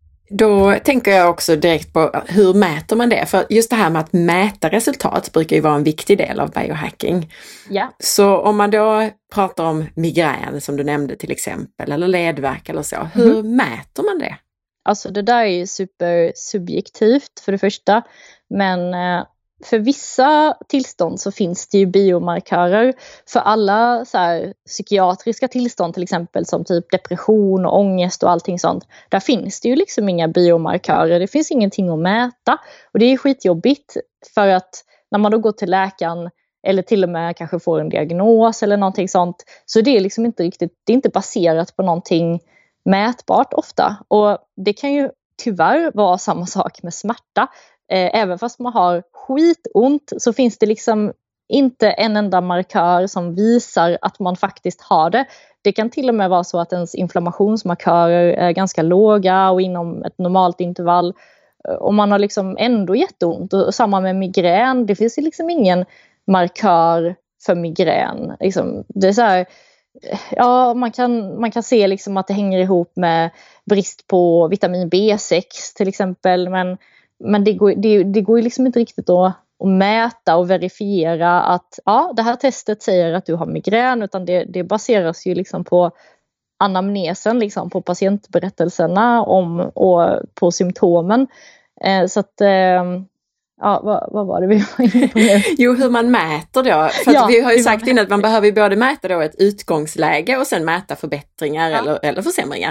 Då tänker jag också direkt på hur mäter man det? För just det här med att mäta resultat brukar ju vara en viktig del av biohacking. Ja. Så om man då pratar om migrän som du nämnde till exempel, eller ledvärk eller så, hur mm. mäter man det? Alltså det där är ju supersubjektivt för det första, men för vissa tillstånd så finns det ju biomarkörer. För alla så här, psykiatriska tillstånd till exempel som typ depression och ångest och allting sånt. Där finns det ju liksom inga biomarkörer. Det finns ingenting att mäta. Och det är skitjobbigt för att när man då går till läkaren eller till och med kanske får en diagnos eller någonting sånt. Så det är liksom inte riktigt, det är inte baserat på någonting mätbart ofta. Och det kan ju tyvärr vara samma sak med smärta. Även fast man har skitont så finns det liksom inte en enda markör som visar att man faktiskt har det. Det kan till och med vara så att ens inflammationsmarkörer är ganska låga och inom ett normalt intervall. Och man har liksom ändå jätteont. Och samma med migrän. Det finns ju liksom ingen markör för migrän. Liksom, det är så här, ja, man kan, man kan se liksom att det hänger ihop med brist på vitamin B sex till exempel. Men Men det går, det, det går ju liksom inte riktigt att, att mäta och verifiera att ja, det här testet säger att du har migrän, utan det, det baseras ju liksom på anamnesen, liksom på patientberättelserna om, och på symptomen. Eh, så att, eh, ja, vad, vad var det vi var inne på nu? Jo, hur man mäter då. För ja, vi har ju sagt innan att man behöver både mäta då ett utgångsläge och sen mäta förbättringar ja. eller, eller försämringar.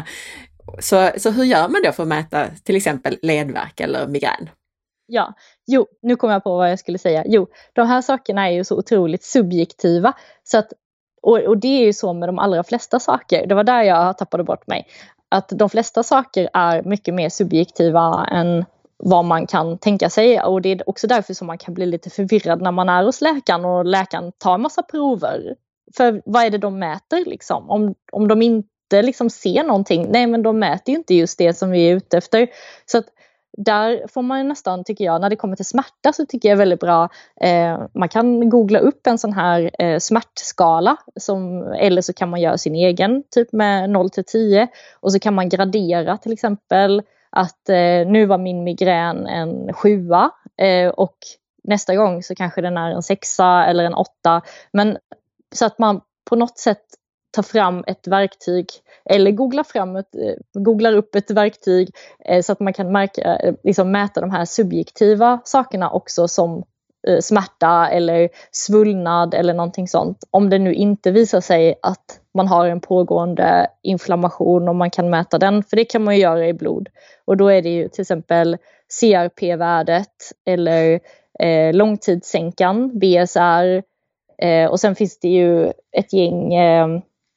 Så, så hur gör man då för att mäta till exempel ledvärk eller migrän? Ja, jo, nu kommer jag på vad jag skulle säga. Jo, de här sakerna är ju så otroligt subjektiva. Så att, och, och det är ju så med de allra flesta saker. Det var där jag tappade bort mig. Att de flesta saker är mycket mer subjektiva än vad man kan tänka sig. Och det är också därför som man kan bli lite förvirrad när man är hos läkaren och läkaren tar en massa prover. För vad är det de mäter liksom? Om, om de inte liksom ser någonting, nej men de mäter ju inte just det som vi är ute efter. Så att där får man nästan, tycker jag, när det kommer till smärta så tycker jag är väldigt bra. Eh, man kan googla upp en sån här eh, smärtskala som, eller så kan man göra sin egen typ med noll till tio och så kan man gradera till exempel att eh, nu var min migrän en sjua eh, och nästa gång så kanske den är en sexa eller en åtta, men så att man på något sätt tar fram ett verktyg eller googlar, fram ett, googlar upp ett verktyg eh, så att man kan märka, liksom mäta de här subjektiva sakerna också som eh, smärta eller svullnad eller någonting sånt. Om det nu inte visar sig att man har en pågående inflammation och man kan mäta den, för det kan man ju göra i blod. Och då är det ju till exempel C R P-värdet eller eh, långtidssänkan, B S R, eh, och sen finns det ju ett gäng eh,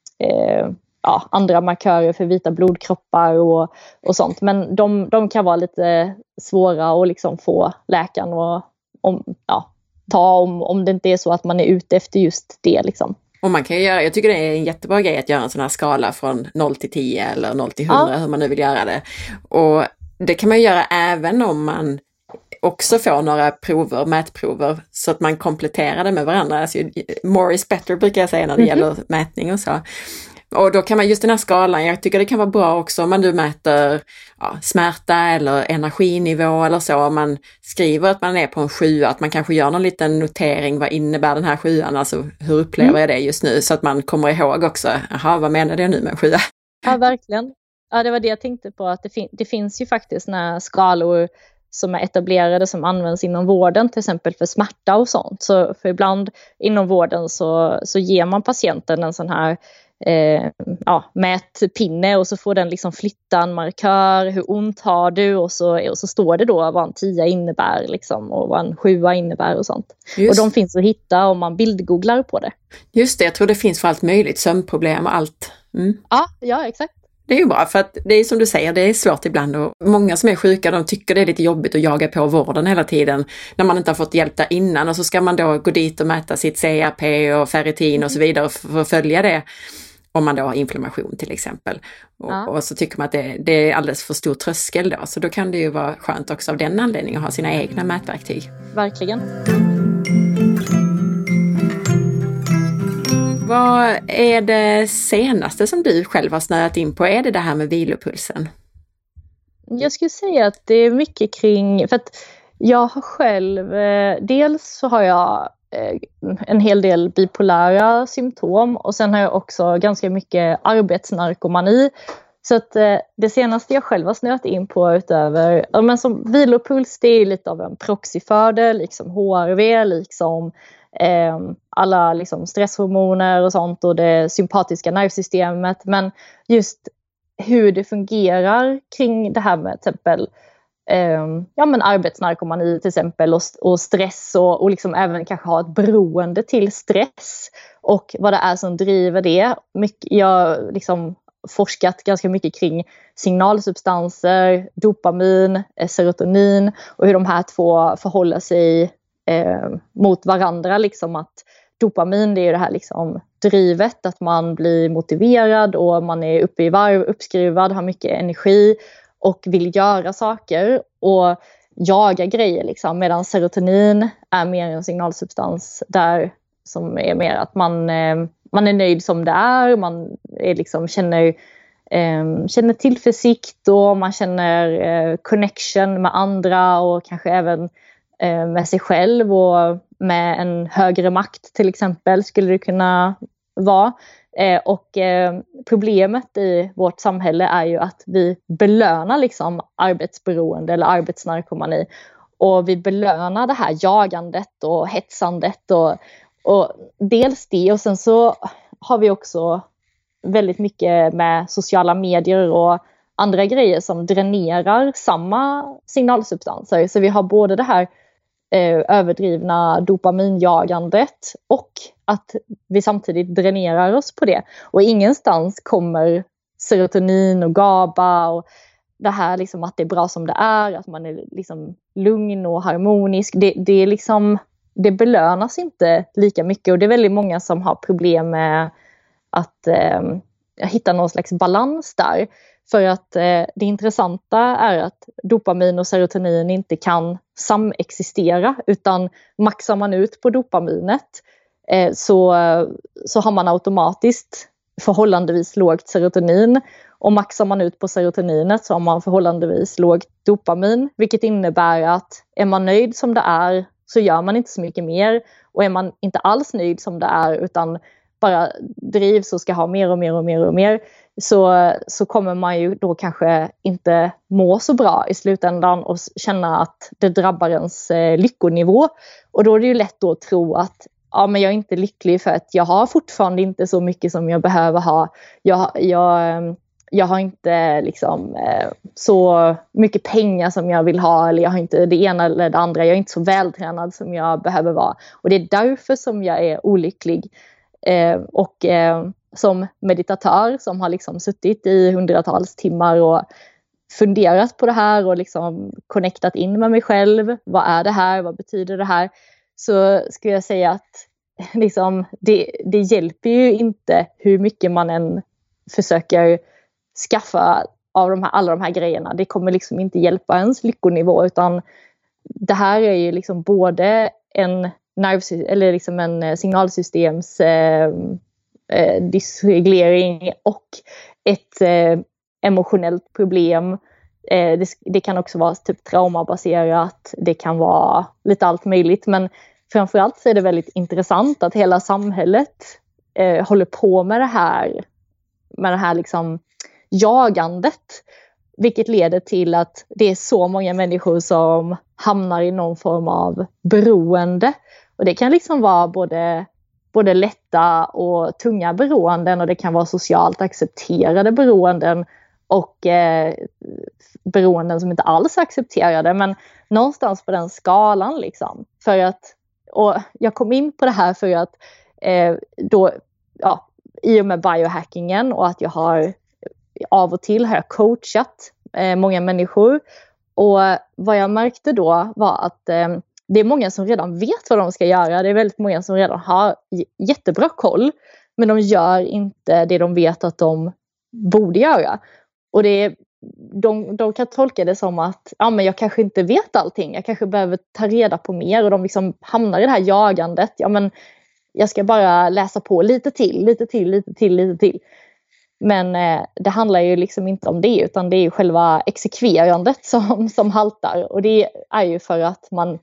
eh, ja, andra markörer för vita blodkroppar och, och sånt. Men de, de kan vara lite svåra att liksom få läkaren att om, ja, ta om, om det inte är så att man är ute efter just det. Liksom. Och man kan ju göra, jag tycker det är en jättebra grej att göra en sån här skala från noll till tio eller noll till hundra, ja. Hur man nu vill göra det. Och det kan man göra även om man också får några prover, mätprover, så att man kompletterar det med varandra. Alltså, more is better brukar jag säga när det mm-hmm. gäller mätning och så. Och då kan man just den här skalan, jag tycker det kan vara bra också om man nu mäter ja, smärta eller energinivå eller så. Om man skriver att man är på en sjua, att man kanske gör någon liten notering, vad innebär den här sjuan, alltså hur upplever mm. jag det just nu, så att man kommer ihåg också, jaha, vad menar jag nu med en sjua? Ja, verkligen. Ja, det var det jag tänkte på, att det, fin- det finns ju faktiskt några skalor som är etablerade som används inom vården, till exempel för smärta och sånt. Så för ibland inom vården så, så ger man patienten en sån här eh, ja, mätpinne och så får den liksom flytta en markör, hur ont har du, och så, och så står det då vad en tia innebär liksom, och vad en sjua innebär och sånt. Just. Och de finns att hitta om man bildgooglar på det. Just det, jag tror det finns för allt möjligt, sömnproblem och allt. Mm. Ja, ja, exakt. Det är ju bra, för att det är som du säger, det är svårt ibland och många som är sjuka, de tycker det är lite jobbigt att jaga på vården hela tiden när man inte har fått hjälp där innan, och så ska man då gå dit och mäta sitt C R P och ferritin och så vidare för att följa det om man då har inflammation till exempel. Och, ja. och så tycker man att det, det är alldeles för stor tröskel då, så då kan det ju vara skönt också av den anledningen att ha sina egna mätverktyg. Verkligen. Vad är det senaste som du själv har snöat in på? Är det det här med vilopulsen? Jag skulle säga att det är mycket kring, för att jag har själv, eh, dels så har jag eh, en hel del bipolära symptom, och sen har jag också ganska mycket arbetsnarkomani. Så att eh, det senaste jag själv har snöat in på utöver, ja, men som vilopuls, det är lite av en proxy för det, liksom H R V, liksom Eh, alla liksom stresshormoner och sånt och det sympatiska nervsystemet, men just hur det fungerar kring det här med till exempel eh, ja, men arbetsnarkomani till exempel, och, och stress och, och liksom även kanske ha ett beroende till stress och vad det är som driver det. Mycket, jag har liksom forskat ganska mycket kring signalsubstanser, dopamin, serotonin och hur de här två förhåller sig Eh, mot varandra, liksom att dopamin, det är ju det här liksom drivet, att man blir motiverad och man är uppe i varv, uppskruvad, har mycket energi och vill göra saker och jaga grejer liksom, medan serotonin är mer en signalsubstans där som är mer att man, eh, man är nöjd som det är, man är liksom känner eh, känner tillförsikt och man känner eh, connection med andra och kanske även med sig själv och med en högre makt till exempel skulle det kunna vara. Och problemet i vårt samhälle är ju att vi belönar liksom arbetsberoende eller arbetsnarkomani, och vi belönar det här jagandet och hetsandet och, och dels det, och sen så har vi också väldigt mycket med sociala medier och andra grejer som dränerar samma signalsubstanser. Så vi har både det här eh, överdrivna dopaminjagandet och att vi samtidigt dränerar oss på det. Och ingenstans kommer serotonin och GABA och det här liksom att det är bra som det är, att man är liksom lugn och harmonisk. Det, det, är liksom, det belönas inte lika mycket, och det är väldigt många som har problem med att eh, hitta någon slags balans där. För att eh, det intressanta är att dopamin och serotonin inte kan samexistera, utan maxar man ut på dopaminet eh, så, så har man automatiskt förhållandevis lågt serotonin, och maxar man ut på serotoninet så har man förhållandevis lågt dopamin, vilket innebär att är man nöjd som det är så gör man inte så mycket mer, och är man inte alls nöjd som det är utan bara drivs och ska ha mer och mer och mer och mer, så, så kommer man ju då kanske inte må så bra i slutändan och känna att det drabbar ens eh, lyckonivå. Och då är det ju lätt att tro att ja, men jag är inte lycklig för att jag har fortfarande inte så mycket som jag behöver ha. Jag, jag, jag har inte liksom, eh, så mycket pengar som jag vill ha, eller jag har inte det ena eller det andra. Jag är inte så vältränad som jag behöver vara. Och det är därför som jag är olycklig. Eh, och eh, som meditatör som har liksom suttit i hundratals timmar och funderat på det här och liksom connectat in med mig själv. Vad är det här? Vad betyder det här? Så skulle jag säga att liksom, det, det hjälper ju inte hur mycket man än försöker skaffa av de här, alla de här grejerna. Det kommer liksom inte hjälpa ens lyckonivå, utan det här är ju liksom både en nerv, eller liksom en signalsystems eh, eh, dysreglering och ett eh, emotionellt problem. Eh, det, det kan också vara typ traumabaserat, det kan vara lite allt möjligt, men framförallt så är det väldigt intressant att hela samhället eh, håller på med det här, med det här liksom jagandet, vilket leder till att det är så många människor som hamnar i någon form av beroende. Och det kan liksom vara både, både lätta och tunga beroenden, och det kan vara socialt accepterade beroenden och eh, beroenden som inte alls är accepterade, men någonstans på den skalan liksom. För att, och jag kom in på det här för att eh, då, ja, i och med biohackingen och att jag har av och till har jag coachat eh, många människor, och vad jag märkte då var att eh, det är många som redan vet vad de ska göra. Det är väldigt många som redan har jättebra koll, men de gör inte det de vet att de borde göra. Och det är, de, de kan tolka det som att ja, men jag kanske inte vet allting. Jag kanske behöver ta reda på mer, och de liksom hamnar i det här jagandet. Ja, men jag ska bara läsa på lite till, lite till, lite till, lite till. Men eh, det handlar ju liksom inte om det, utan det är ju själva exekverandet som, som haltar. Och det är ju för att man,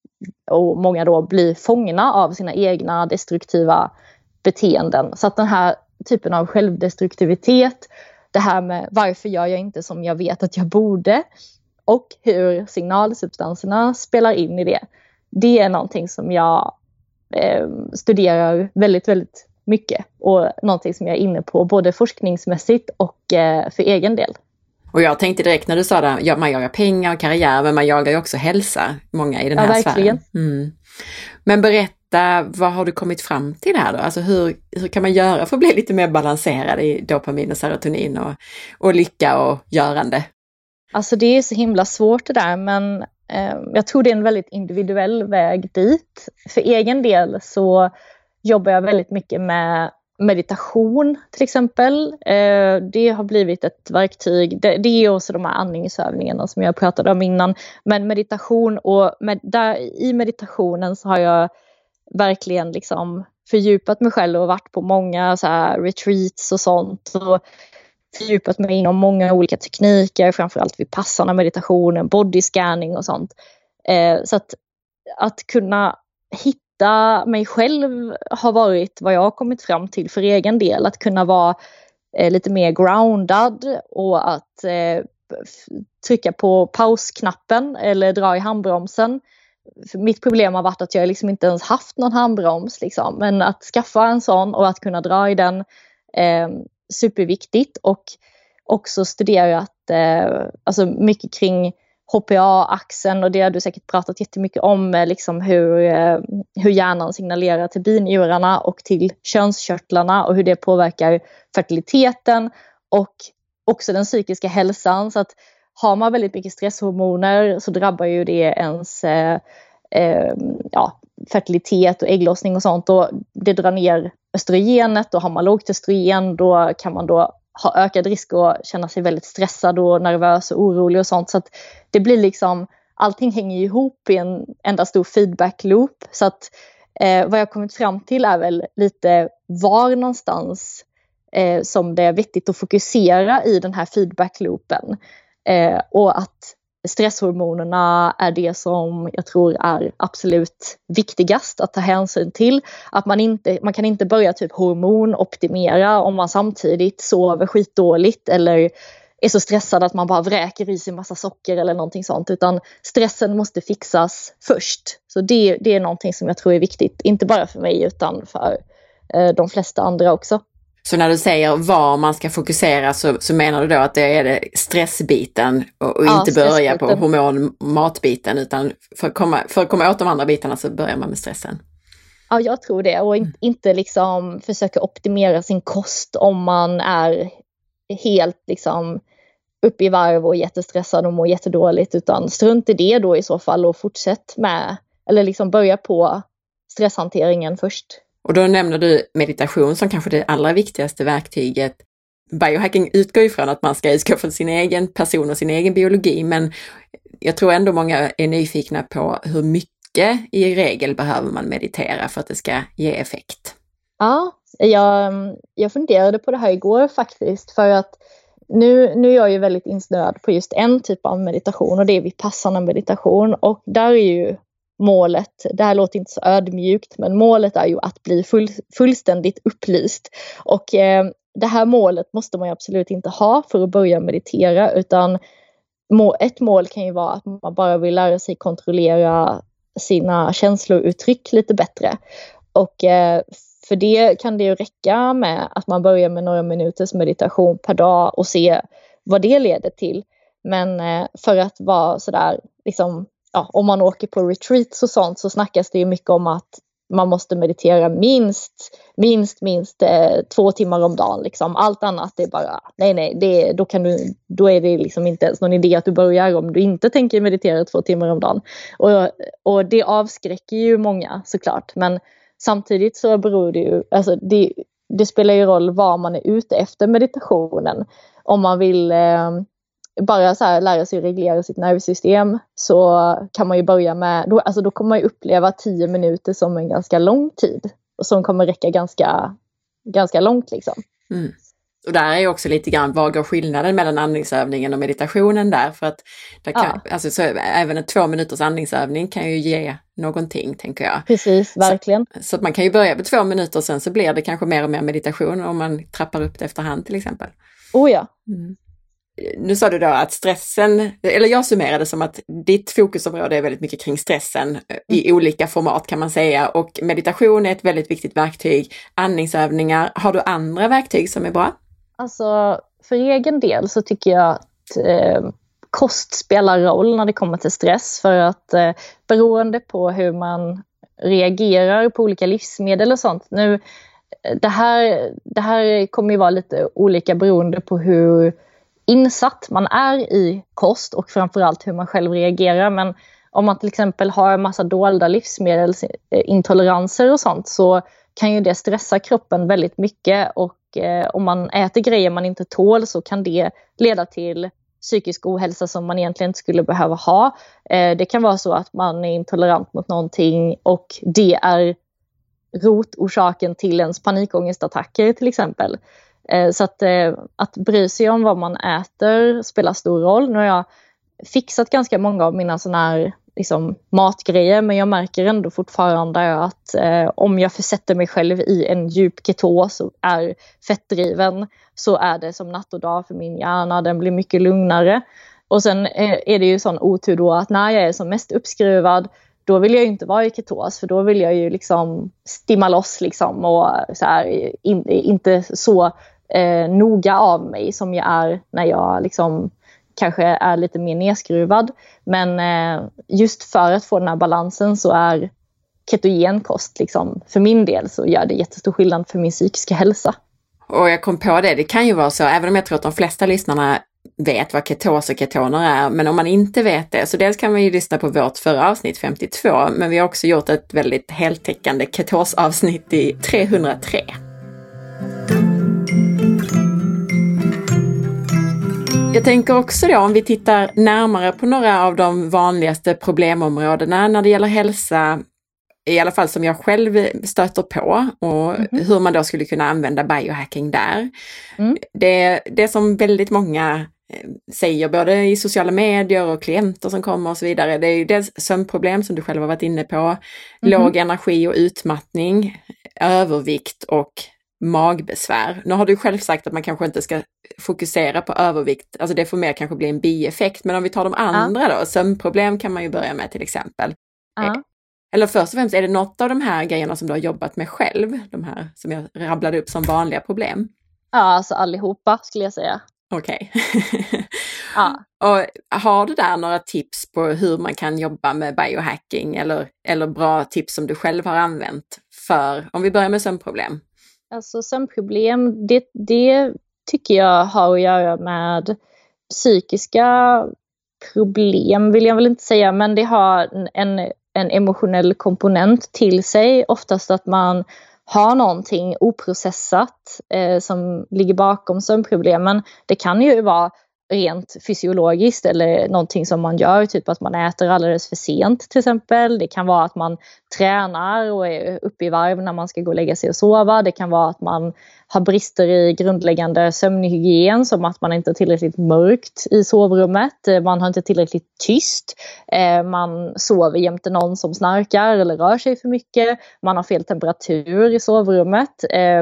och många då, blir fångna av sina egna destruktiva beteenden. Så att den här typen av självdestruktivitet, det här med varför gör jag inte som jag vet att jag borde, och hur signalsubstanserna spelar in i det. Det är någonting som jag eh, studerar väldigt, väldigt mycket, och någonting som jag är inne på både forskningsmässigt och eh, för egen del. Och jag tänkte direkt när du sa det, ja, man jagar pengar och karriär, men man jagar ju också hälsa, många i den här ja, verkligen. sfären. Mm. Men berätta, vad har du kommit fram till här då? Alltså hur, hur kan man göra för att bli lite mer balanserad i dopamin och serotonin och, och lycka och görande? Alltså det är så himla svårt det där, men eh, jag tror det är en väldigt individuell väg dit. För egen del så jobbar jag väldigt mycket med meditation till exempel. Eh, det har blivit ett verktyg. Det, det är också de här andningsövningarna som jag pratade om innan. Men meditation, och med, där, i meditationen så har jag verkligen liksom fördjupat mig själv och varit på många så här retreats och sånt. Och fördjupat mig inom många olika tekniker, framförallt vipassana meditationen, body scanning och sånt. Eh, så att, att kunna hitta mig själv har varit vad jag har kommit fram till för egen del. Att kunna vara eh, lite mer groundad, och att eh, trycka på pausknappen eller dra i handbromsen. För mitt problem har varit att jag liksom inte ens haft någon handbroms. Liksom. Men att skaffa en sån och att kunna dra i den, eh, superviktigt. Och också studerat eh, alltså mycket kring H P A-axeln, och det har du säkert pratat jättemycket om, liksom hur, eh, hur hjärnan signalerar till binjurarna och till könskörtlarna, och hur det påverkar fertiliteten och också den psykiska hälsan. Så att har man väldigt mycket stresshormoner så drabbar ju det ens eh, eh, ja, fertilitet och ägglossning och sånt, och det drar ner östrogenet, och har man lågt östrogen då kan man då ha ökad risk att känna sig väldigt stressad och nervös och orolig och sånt. Så att det blir liksom, allting hänger ihop i en enda stor feedback loop. Så att eh, vad jag kommit fram till är väl lite var någonstans eh, som det är viktigt att fokusera i den här feedback loopen. Eh, och att stresshormonerna är det som jag tror är absolut viktigast att ta hänsyn till. Att man inte, man kan inte börja typ hormonoptimera om man samtidigt sover skitdåligt eller är så stressad att man bara vräker i sig massa socker eller någonting sånt. Utan stressen måste fixas först. Så det, det är någonting som jag tror är viktigt. Inte bara för mig utan för eh, de flesta andra också. Så när du säger var man ska fokusera så, så menar du då att det är det stressbiten och, och ja, inte börja på hormon-matbiten, utan för att, komma, för att komma åt de andra bitarna så börjar man med stressen? Ja, jag tror det. Och in, inte liksom försöka optimera sin kost om man är helt liksom uppe i varv och jättestressad och mår jättedåligt, utan strunt i det då i så fall och fortsätt med, eller liksom börja på stresshanteringen först. Och då nämner du meditation som kanske det allra viktigaste verktyget. Biohacking utgår ju från att man ska utgå från sin egen person och sin egen biologi, men jag tror ändå många är nyfikna på hur mycket i regel behöver man meditera för att det ska ge effekt. Ja, jag, jag funderade på det här igår faktiskt, för att nu, nu är jag ju väldigt insnöad på just en typ av meditation och det är vipassana meditation, och där är ju målet, det här låter inte så ödmjukt, men målet är ju att bli full, fullständigt upplyst. Och eh, det här målet måste man ju absolut inte ha för att börja meditera, utan må, ett mål kan ju vara att man bara vill lära sig kontrollera sina känslouttryck lite bättre. Och eh, för det kan det ju räcka med att man börjar med några minuters meditation per dag och se vad det leder till. Men eh, för att vara sådär liksom, ja, om man åker på retreats och sånt så snackas det ju mycket om att man måste meditera minst, minst, minst eh, två timmar om dagen. Liksom. Allt annat är bara, nej, nej, det, då, kan du, då är det liksom inte ens någon idé att du börjar om du inte tänker meditera två timmar om dagen. Och, och det avskräcker ju många såklart, men samtidigt så beror det ju, alltså det, det spelar ju roll vad man är ute efter meditationen. Om man vill eh, bara så här lära sig reglera sitt nervsystem så kan man ju börja med, då, alltså då kommer man ju uppleva tio minuter som en ganska lång tid och som kommer räcka ganska, ganska långt liksom. Mm. Och där är ju också lite grann, vad går skillnaden mellan andningsövningen och meditationen där? För att där kan, ja. alltså, så även en två minuters andningsövning kan ju ge någonting, tänker jag. Precis, verkligen. Så, så att man kan ju börja med två minuter och sen så blir det kanske mer och mer meditation om man trappar upp det efterhand till exempel. Oh ja. Mm. Nu sa du då att stressen, eller jag summerade som att ditt fokusområde är väldigt mycket kring stressen mm. i olika format kan man säga, och meditation är ett väldigt viktigt verktyg. Andningsövningar, har du andra verktyg som är bra? Alltså för egen del så tycker jag att eh, kost spelar roll när det kommer till stress, för att eh, beroende på hur man reagerar på olika livsmedel och sånt. Nu, det här, det här kommer ju vara lite olika beroende på hur insatt man är i kost och framförallt hur man själv reagerar. Men om man till exempel har en massa dolda livsmedelsintoleranser och sånt så kan ju det stressa kroppen väldigt mycket, och eh, om man äter grejer man inte tål så kan det leda till psykisk ohälsa som man egentligen inte skulle behöva ha. Eh, det kan vara så att man är intolerant mot någonting och det är rotorsaken till ens panikångestattacker till exempel. Eh, så att, eh, att bry sig om vad man äter spelar stor roll. Nu har jag fixat ganska många av mina såna här liksom, matgrejer, men jag märker ändå fortfarande att eh, om jag försätter mig själv i en djup ketos och är fettdriven så är det som natt och dag för min hjärna. Den blir mycket lugnare. Och sen eh, är det ju sån otur då att när jag är som mest uppskruvad då vill jag ju inte vara i ketos, för då vill jag ju liksom stimma loss liksom och så här, in, inte så eh, noga av mig som jag är när jag liksom kanske är lite mer nedskruvad. Men eh, just för att få den här balansen så är ketogenkost liksom, för min del så gör det jättestor skillnad för min psykiska hälsa. Och jag kom på det, det kan ju vara så, även om jag tror att de flesta lyssnarna vet vad ketos och ketoner är, men om man inte vet det, så dels kan man ju lyssna på vårt förra avsnitt femtiotvå, men vi har också gjort ett väldigt heltäckande ketosavsnitt i trehundratre. Jag tänker också då, om vi tittar närmare på några av de vanligaste problemområdena när det gäller hälsa, i alla fall som jag själv stöter på, och mm. hur man då skulle kunna använda biohacking där. Mm. Det, det som väldigt många säger, både i sociala medier och klienter som kommer och så vidare, det är ju dels sömnproblem som du själv har varit inne på, mm. låg energi och utmattning, övervikt och magbesvär. Nu har du själv sagt att man kanske inte ska fokusera på övervikt, alltså det får mer kanske bli en bieffekt, men om vi tar de andra ja. då, sömnproblem kan man ju börja med till exempel. Ja. Eller först och främst, är det något av de här grejerna som du har jobbat med själv, de här som jag rabblade upp som vanliga problem? Ja, alltså allihopa skulle jag säga. Okej. Okay. Ja. Och har du där några tips på hur man kan jobba med biohacking, eller, eller bra tips som du själv har använt för, om vi börjar med sömnproblem? Alltså sömnproblem, det, det tycker jag har att göra med psykiska problem, vill jag väl inte säga, men det har en, en emotionell komponent till sig. Oftast att man har någonting oprocessat eh, som ligger bakom sömnproblemen. Det kan ju vara rent fysiologiskt eller någonting som man gör, typ att man äter alldeles för sent till exempel. Det kan vara att man tränar och är uppe i varv när man ska gå och lägga sig och sova. Det kan vara att man har brister i grundläggande sömnhygien, som att man inte är tillräckligt mörkt i sovrummet, man har inte tillräckligt tyst, man sover jämte någon som snarkar eller rör sig för mycket, man har fel temperatur i sovrummet,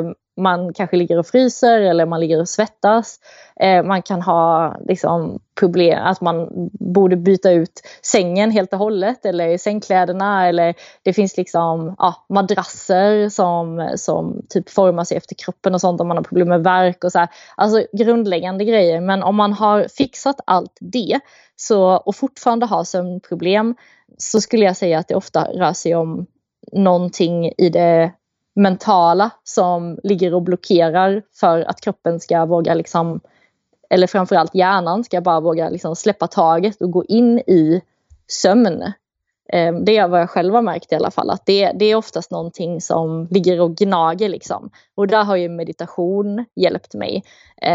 man kanske ligger och fryser eller man ligger och svettas. Eh, man kan ha liksom, problem att man borde byta ut sängen helt och hållet eller sängkläderna, eller det finns liksom ja, madrasser som, som typ formar sig efter kroppen och sånt, om man har problem med värk och så här. Alltså grundläggande grejer. Men om man har fixat allt det så, och fortfarande har sömnproblem, så skulle jag säga att det ofta rör sig om någonting i det mentala som ligger och blockerar för att kroppen ska våga liksom, eller framförallt hjärnan ska bara våga liksom släppa taget och gå in i sömn. Det är vad jag själv har märkt i alla fall, att det, det är oftast någonting som ligger och gnager liksom. Och där har ju meditation hjälpt mig.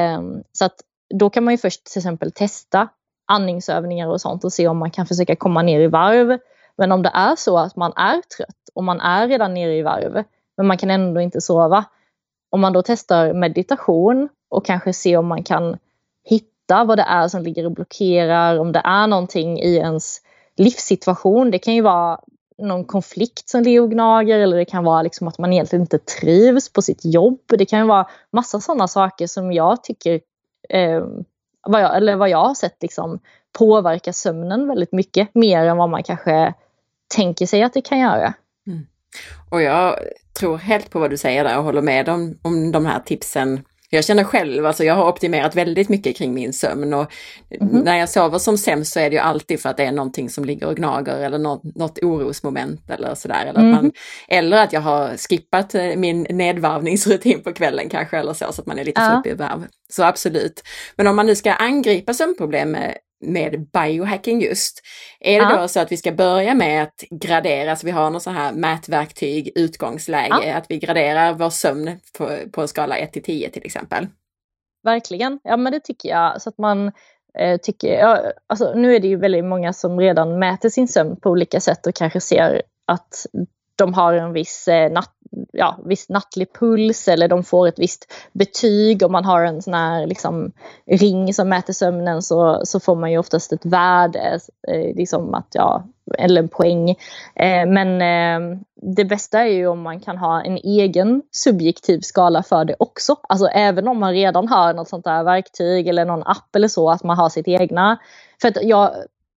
Så att då kan man ju först till exempel testa andningsövningar och sånt och se om man kan försöka komma ner i varv. Men om det är så att man är trött och man är redan nere i varv, men man kan ändå inte sova, om man då testar meditation och kanske se om man kan hitta vad det är som ligger och blockerar, om det är någonting i ens livssituation. Det kan ju vara någon konflikt som ligger och gnager, eller det kan vara liksom att man egentligen inte trivs på sitt jobb. Det kan ju vara massa sådana saker som jag tycker, eh, vad jag, eller vad jag har sett liksom, påverkar sömnen väldigt mycket mer än vad man kanske tänker sig att det kan göra. Mm. Och jag tror helt på vad du säger där och håller med om, om de här tipsen. Jag känner själv, alltså jag har optimerat väldigt mycket kring min sömn, och mm-hmm. när jag sover som sämst så är det ju alltid för att det är någonting som ligger och gnager, eller något, något orosmoment eller sådär. Eller, mm-hmm. att man, eller att jag har skippat min nedvarvningsrutin på kvällen kanske, eller så, så att man är lite ja. för uppe i varv. Så absolut. Men om man nu ska angripa sömnproblem med, med biohacking just, är det ja. då så att vi ska börja med att gradera, så vi har något så här mätverktyg, utgångsläge, ja. att vi graderar vår sömn på, på en skala ett till tio till exempel? Verkligen, ja men det tycker jag, så att man eh, tycker, ja, alltså nu är det ju väldigt många som redan mäter sin sömn på olika sätt och kanske ser att de har en viss, eh, natt, ja, viss nattlig puls, eller de får ett visst betyg. Om man har en sån här liksom, ring som mäter sömnen, så, så får man ju oftast ett värde, eh, liksom att, ja, eller en poäng. Eh, men eh, det bästa är ju om man kan ha en egen subjektiv skala för det också. Alltså även om man redan har något sånt här verktyg eller någon app eller så, att man har sitt egna. För att jag...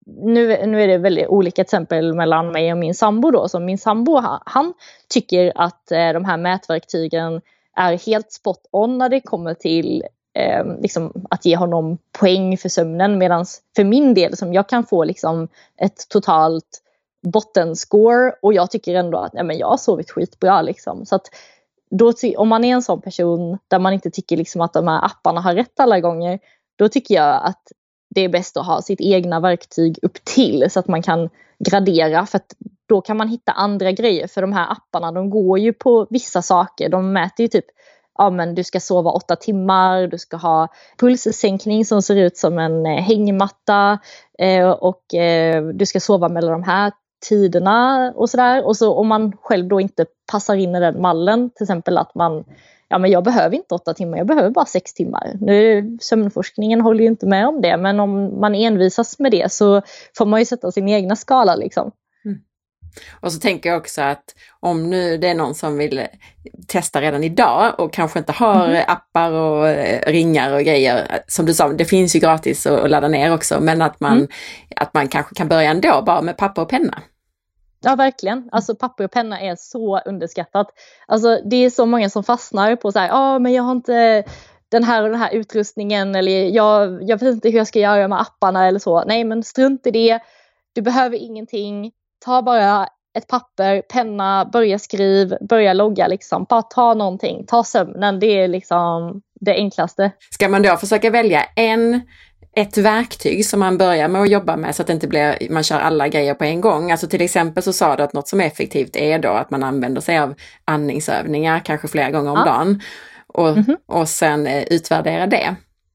Nu, nu är det väldigt olika exempel mellan mig och min sambo då. Så min sambo, han, han tycker att eh, de här mätverktygen är helt spot on när det kommer till eh, liksom att ge honom poäng för sömnen. Medan för min del, som jag kan få liksom ett totalt bottenscore, och jag tycker ändå att ja, men jag har sovit skitbra liksom. Så att då, om man är en sån person där man inte tycker liksom att de här apparna har rätt alla gånger, då tycker jag att det är bäst att ha sitt egna verktyg upp till, så att man kan gradera, för att då kan man hitta andra grejer. För de här apparna, de går ju på vissa saker. De mäter ju typ ja, men du ska sova åtta timmar, du ska ha pulssänkning som ser ut som en eh, hängmatta eh, och eh, du ska sova mellan de här tiderna och sådär. Och så om man själv då inte passar in i den mallen, till exempel att man, ja men jag behöver inte åtta timmar, jag behöver bara sex timmar. Nu, sömnforskningen håller ju inte med om det, men om man envisas med det så får man ju sätta sin egna skala liksom. Mm. Och så tänker jag också att om nu det är någon som vill testa redan idag och kanske inte har mm. appar och ringar och grejer, som du sa, det finns ju gratis att ladda ner också, men att man, mm. att man kanske kan börja ändå bara med papper och penna. Ja, verkligen. Alltså papper och penna är så underskattat. Alltså det är så många som fastnar på så här, ja men jag har inte den här och den här utrustningen, eller jag, jag vet inte hur jag ska göra med apparna eller så. Nej, men strunt i det. Du behöver ingenting. Ta bara ett papper, penna, börja skriv, börja logga liksom. Bara ta någonting. Ta sömnen, det är liksom det enklaste. Ska man då försöka välja en ett verktyg som man börjar med att jobba med så att det inte blir, man kör alla grejer på en gång. Alltså till exempel så sa du att något som är effektivt är då att man använder sig av andningsövningar kanske flera gånger om ja. dagen och, mm-hmm. och sen eh, utvärdera det.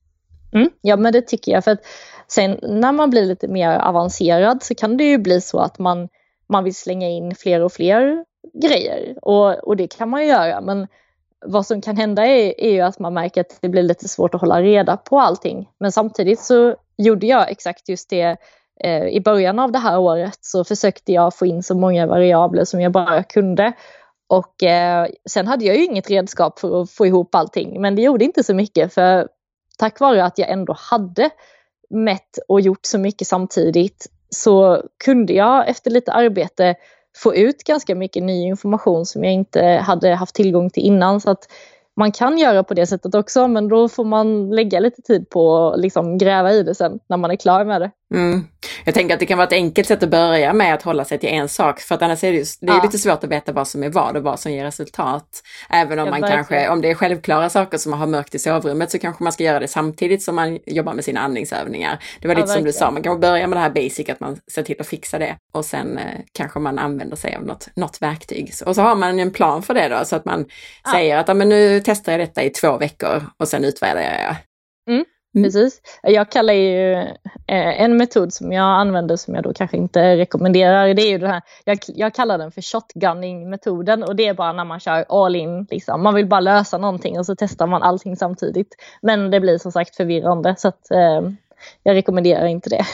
Mm, ja men det tycker jag, för att sen när man blir lite mer avancerad så kan det ju bli så att man, man vill slänga in fler och fler grejer och, och det kan man ju göra, men vad som kan hända är, är ju att man märker att det blir lite svårt att hålla reda på allting. Men samtidigt så gjorde jag exakt just det eh, i början av det här året, så försökte jag få in så många variabler som jag bara kunde. Och eh, sen hade jag ju inget redskap för att få ihop allting, men det gjorde inte så mycket, för tack vare att jag ändå hade mätt och gjort så mycket samtidigt så kunde jag efter lite arbete få ut ganska mycket ny information som jag inte hade haft tillgång till innan. Så att man kan göra på det sättet också, men då får man lägga lite tid på att liksom gräva i det sen när man är klar med det. Mm. Jag tänker att det kan vara ett enkelt sätt att börja med att hålla sig till en sak, för att annars är det, just, det är ja. lite svårt att veta vad som är vad och vad som ger resultat. Även om ja, man verkligen. kanske, om det är självklara saker som man har mörkt i sovrummet, så kanske man ska göra det samtidigt som man jobbar med sina andningsövningar. Det var lite ja, som du sa, man kan börja med det här basic, att man ser till att fixa det och sen eh, kanske man använder sig av något, något verktyg. Och så har man en plan för det då, så att man ja. säger att ja, men nu testar jag detta i två veckor och sen utvärderar jag. Mm. Mm. Precis. Jag kallar ju eh, en metod som jag använder som jag då kanske inte rekommenderar. Det är ju det här, jag, jag kallar den för shotgunning-metoden, och det är bara när man kör all in. Liksom. Man vill bara lösa någonting och så testar man allting samtidigt. Men det blir som sagt förvirrande, så att eh, jag rekommenderar inte det.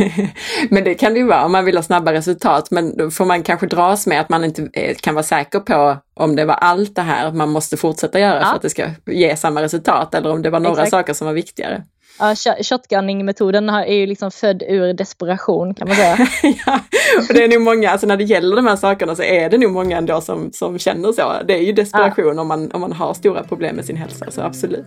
Men det kan det ju vara om man vill ha snabba resultat, men då får man kanske dras med att man inte kan vara säker på om det var allt det här man måste fortsätta göra ja. för att det ska ge samma resultat, eller om det var några Exakt. saker som var viktigare. Ja, shotgunning-metoden är ju liksom född ur desperation, kan man säga. Ja, och det är nog många, alltså när det gäller de här sakerna så är det nog många ändå som, som känner så. Det är ju desperation ja. om, man, om man har stora problem med sin hälsa, så absolut.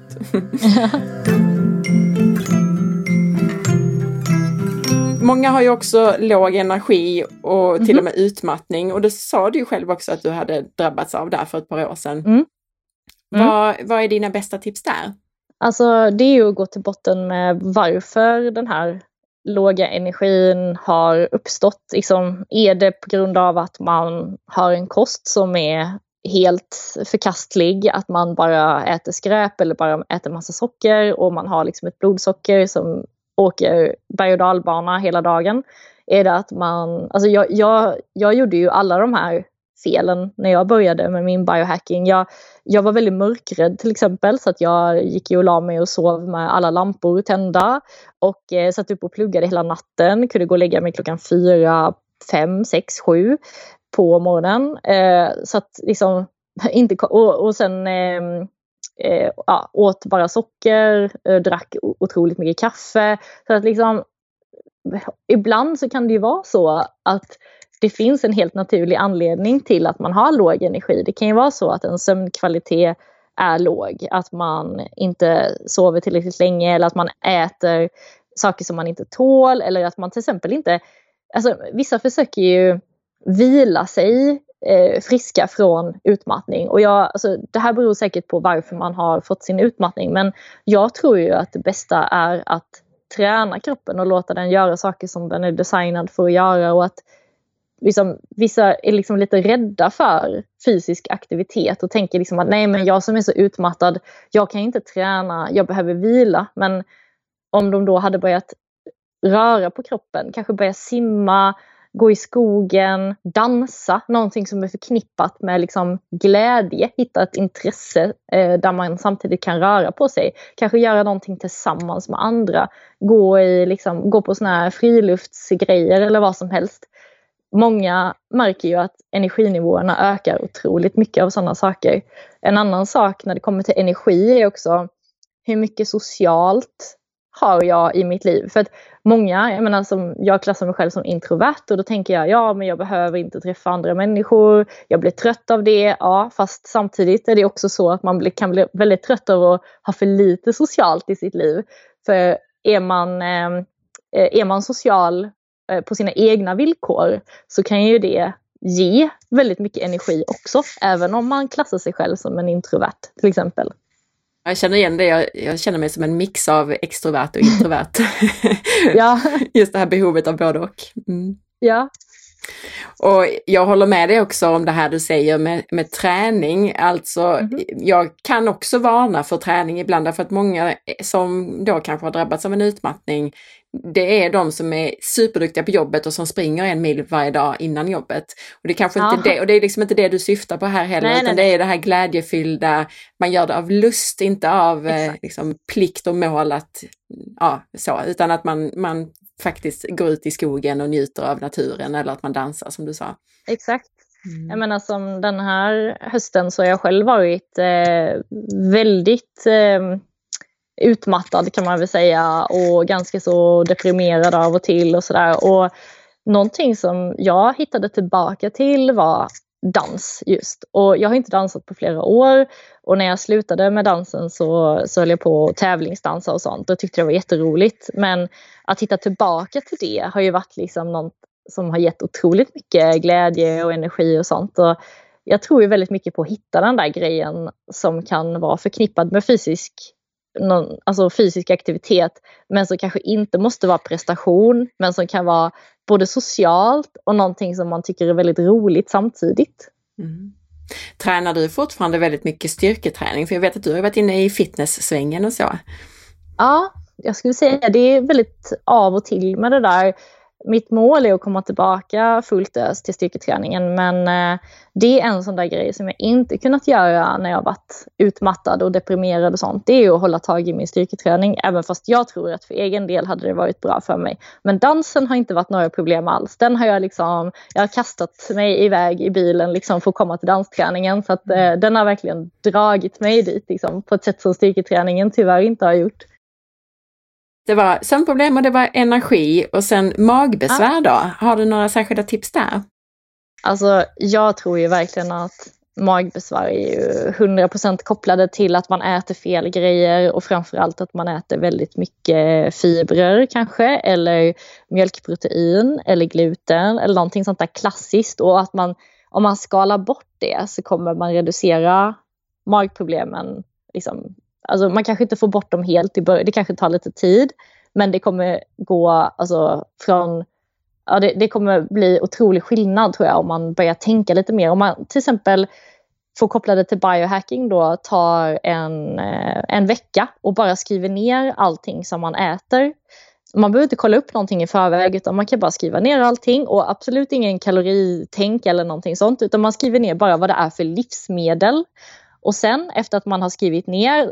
Många har ju också låg energi och till mm-hmm. och med utmattning, och det sa du ju själv också att du hade drabbats av där för ett par år sedan. Mm. Mm. Vad, vad är dina bästa tips där? Alltså det är ju att gå till botten med varför den här låga energin har uppstått. Liksom, är det på grund av att man har en kost som är helt förkastlig, att man bara äter skräp eller bara äter massa socker, och man har liksom ett blodsocker som åker berg- och dalbana hela dagen? Är det att man, alltså jag, jag, jag gjorde ju alla de här felen när jag började med min biohacking. Jag, jag var väldigt mörkrädd till exempel, så att jag gick ju och la mig och sov med alla lampor tända och eh, satt upp och pluggade hela natten. Kunde gå och lägga mig klockan fyra, fem, sex, sju på morgonen. Eh, så att liksom inte, och, och sen eh, eh, ja, åt bara socker, eh, drack otroligt mycket kaffe. Så att liksom ibland så kan det ju vara så att det finns en helt naturlig anledning till att man har låg energi. Det kan ju vara så att en sömnkvalitet är låg. Att man inte sover tillräckligt länge, eller att man äter saker som man inte tål. Eller att man till exempel inte... Alltså, vissa försöker ju vila sig eh, friska från utmattning. Och jag, alltså, det här beror säkert på varför man har fått sin utmattning. Men jag tror ju att det bästa är att träna kroppen och låta den göra saker som den är designad för att göra. Och att liksom, vissa är liksom lite rädda för fysisk aktivitet och tänker liksom att nej, men jag som är så utmattad, jag kan inte träna, jag behöver vila. Men om de då hade börjat röra på kroppen, kanske börja simma, gå i skogen, dansa, någonting som är förknippat med liksom glädje, hitta ett intresse eh, där man samtidigt kan röra på sig, kanske göra någonting tillsammans med andra, gå, i, liksom, gå på såna här friluftsgrejer eller vad som helst. Många märker ju att energinivåerna ökar otroligt mycket av sådana saker. En annan sak när det kommer till energi är också hur mycket socialt har jag i mitt liv. För att många, jag menar som jag klassar mig själv som introvert och då tänker jag, ja men jag behöver inte träffa andra människor, jag blir trött av det, ja fast samtidigt är det också så att man blir, kan bli väldigt trött av att ha för lite socialt i sitt liv. För är man, eh, är man social eh, på sina egna villkor så kan ju det ge väldigt mycket energi också, även om man klassar sig själv som en introvert till exempel. Jag känner igen det, jag, jag känner mig som en mix av extrovert och introvert. Ja. Just det här behovet av både och. Mm. Ja. Och jag håller med dig också om det här du säger med, med träning. Alltså mm-hmm. jag kan också varna för träning ibland för att många som då kanske har drabbats av en utmattning, det är de som är superduktiga på jobbet och som springer en mil varje dag innan jobbet. Och det är kanske Aha. inte det, och det är liksom inte det du syftar på här heller, nej, utan nej, nej. Det är det här glädjefyllda, man gör det av lust, inte av eh, liksom, plikt och mål att, ja, så, utan att man, man faktiskt går ut i skogen och njuter av naturen eller att man dansar som du sa. Exakt. Mm. Jag menar som den här hösten så har jag själv varit eh, väldigt eh, utmattad kan man väl säga och ganska så deprimerad av och till och sådär. Och någonting som jag hittade tillbaka till var dans just. Och jag har inte dansat på flera år och när jag slutade med dansen så, så höll jag på att tävlingsdansa och sånt och tyckte det var jätteroligt. Men att hitta tillbaka till det har ju varit liksom något som har gett otroligt mycket glädje och energi och sånt. Och jag tror ju väldigt mycket på att hitta den där grejen som kan vara förknippad med fysisk någon, alltså fysisk aktivitet, men som kanske inte måste vara prestation, men som kan vara både socialt och någonting som man tycker är väldigt roligt samtidigt. Mm. Tränar du fortfarande väldigt mycket styrketräning? För jag vet att du har varit inne i fitnesssvängen och så. Ja, jag skulle säga det är väldigt av och till med det där. Mitt mål är att komma tillbaka fullt ös till styrketräningen, men eh, det är en sån där grej som jag inte kunnat göra när jag varit utmattad och deprimerad och sånt. Det är ju att hålla tag i min styrketräning, även fast jag tror att för egen del hade det varit bra för mig. Men dansen har inte varit några problem alls. Den har jag liksom, jag har kastat mig iväg i bilen liksom för att komma till dansträningen, så att eh, den har verkligen dragit mig dit liksom, på ett sätt som styrketräningen tyvärr inte har gjort. Det var sömnproblem och det var energi och sen magbesvär då. Har du några särskilda tips där? Alltså jag tror ju verkligen att magbesvär är ju hundra procent kopplade till att man äter fel grejer och framförallt att man äter väldigt mycket fibrer kanske eller mjölkprotein eller gluten eller någonting sånt där klassiskt, och att man, om man skalar bort det så kommer man reducera magproblemen liksom. Alltså man kanske inte får bort dem helt i början, det kanske tar lite tid, men det kommer gå alltså från, ja det, det kommer bli otrolig skillnad tror jag om man börjar tänka lite mer. Om man till exempel får koppla det till biohacking då, tar en, en vecka och bara skriver ner allting som man äter. Man behöver inte kolla upp någonting i förväg utan man kan bara skriva ner allting, och absolut ingen kaloritänk eller någonting sånt, utan man skriver ner bara vad det är för livsmedel. Och sen efter att man har skrivit ner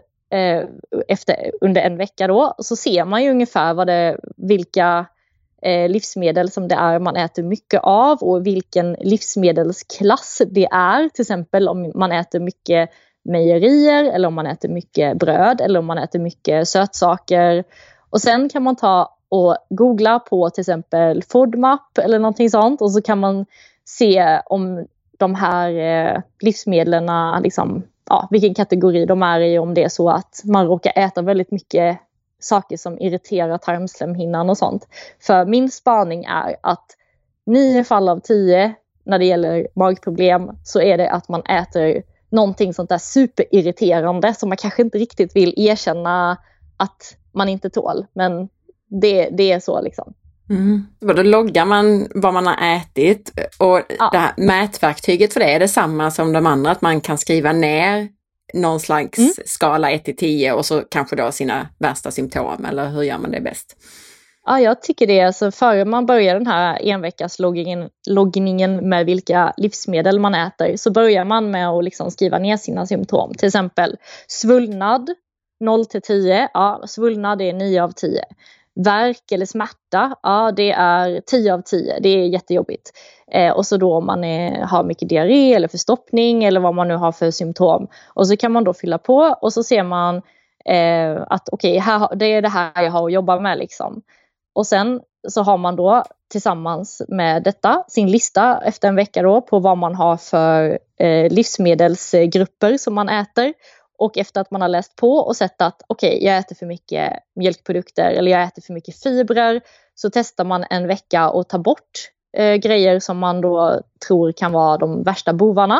efter, under en vecka då, så ser man ju ungefär vad det, vilka eh, livsmedel som det är man äter mycket av och vilken livsmedelsklass det är. Till exempel om man äter mycket mejerier eller om man äter mycket bröd eller om man äter mycket sötsaker. Och sen kan man ta och googla på till exempel FODMAP eller någonting sånt, och så kan man se om de här eh, livsmedlen liksom, ja, vilken kategori de är i, om det är så att man råkar äta väldigt mycket saker som irriterar tarmslemhinnan och sånt. För min spaning är att nio fall av tio när det gäller magproblem så är det att man äter någonting sånt där superirriterande som man kanske inte riktigt vill erkänna att man inte tål. Men det, det är så liksom. Mm. Då loggar man vad man har ätit och Ja. det här mätverktyget för det är det samma som de andra, att man kan skriva ner någon slags mm. skala ett till tio och så kanske då sina värsta symptom, eller hur gör man det bäst? Ja, jag tycker det. Alltså, före man börjar den här enveckas loggningen, loggningen med vilka livsmedel man äter, så börjar man med att liksom skriva ner sina symptom. Till exempel svullnad noll till tio. Ja, svullnad är nio av tio. Värk eller smärta, ja det är tio av tio. Det är jättejobbigt. Eh, och så då om man är, har mycket diarré eller förstoppning eller vad man nu har för symptom. Och så kan man då fylla på och så ser man eh, att okej, okay, det är det här jag har att jobba med liksom. Och sen så har man då tillsammans med detta sin lista efter en vecka då på vad man har för eh, livsmedelsgrupper som man äter. Och efter att man har läst på och sett att okej, okay, jag äter för mycket mjölkprodukter eller jag äter för mycket fibrer, så testar man en vecka och tar bort eh, grejer som man då tror kan vara de värsta bovarna.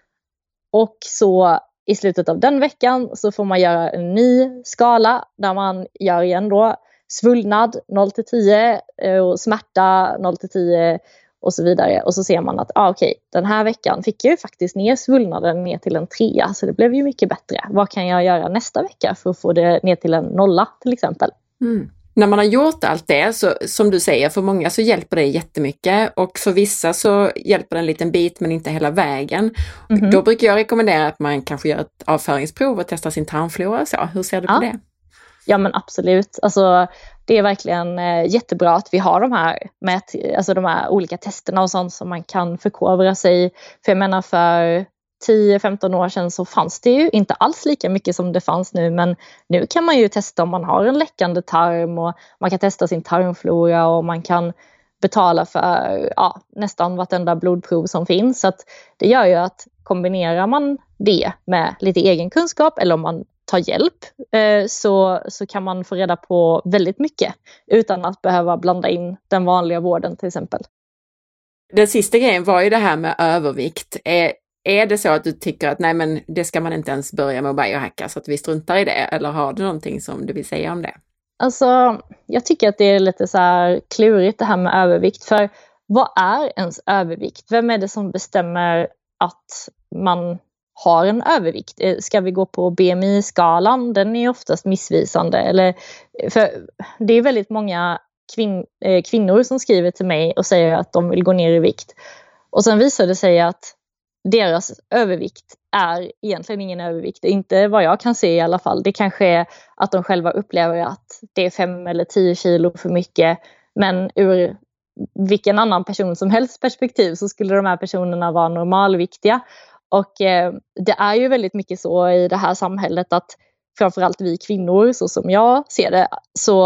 Och så i slutet av den veckan så får man göra en ny skala där man gör igen då svullnad noll till tio och smärta noll till tio och så vidare. Och så ser man att ah, okej, den här veckan fick jag ju faktiskt ner svullnaden ner till en trea, så det blev ju mycket bättre. Vad kan jag göra nästa vecka för att få det ner till en nolla till exempel? Mm. När man har gjort allt det, så som du säger, för många så hjälper det jättemycket och för vissa så hjälper det en liten bit men inte hela vägen. Mm-hmm. Då brukar jag rekommendera att man kanske gör ett avföringsprov och testar sin tarmflora. Så. Hur ser du på ja. det? Ja men absolut, alltså det är verkligen eh, jättebra att vi har de här, mät, alltså de här olika testerna och sånt som man kan förkovra sig. För jag menar för tio femton år sedan så fanns det ju inte alls lika mycket som det fanns nu, men nu kan man ju testa om man har en läckande tarm och man kan testa sin tarmflora och man kan betala för ja, nästan vartenda blodprov som finns. Så att det gör ju att kombinerar man det med lite egen kunskap eller om man tar hjälp eh, så, så kan man få reda på väldigt mycket utan att behöva blanda in den vanliga vården till exempel. Den sista grejen var ju det här med övervikt. Är, är det så att du tycker att nej men det ska man inte ens börja med att biohacka så att vi struntar i det, eller har du någonting som du vill säga om det? Alltså jag tycker att det är lite så här klurigt det här med övervikt, för vad är ens övervikt? Vem är det som bestämmer att man har en övervikt? Ska vi gå på B M I-skalan? Den är oftast missvisande. Eller, för det är väldigt många kvin- kvinnor som skriver till mig och säger att de vill gå ner i vikt. Och sen visar det sig att deras övervikt är egentligen ingen övervikt. Inte vad jag kan se i alla fall. Det kanske är att de själva upplever att det är fem eller tio kilo för mycket. Men ur vilken annan person som helst perspektiv så skulle de här personerna vara normalviktiga. Och eh, det är ju väldigt mycket så i det här samhället att framförallt vi kvinnor, så som jag ser det, så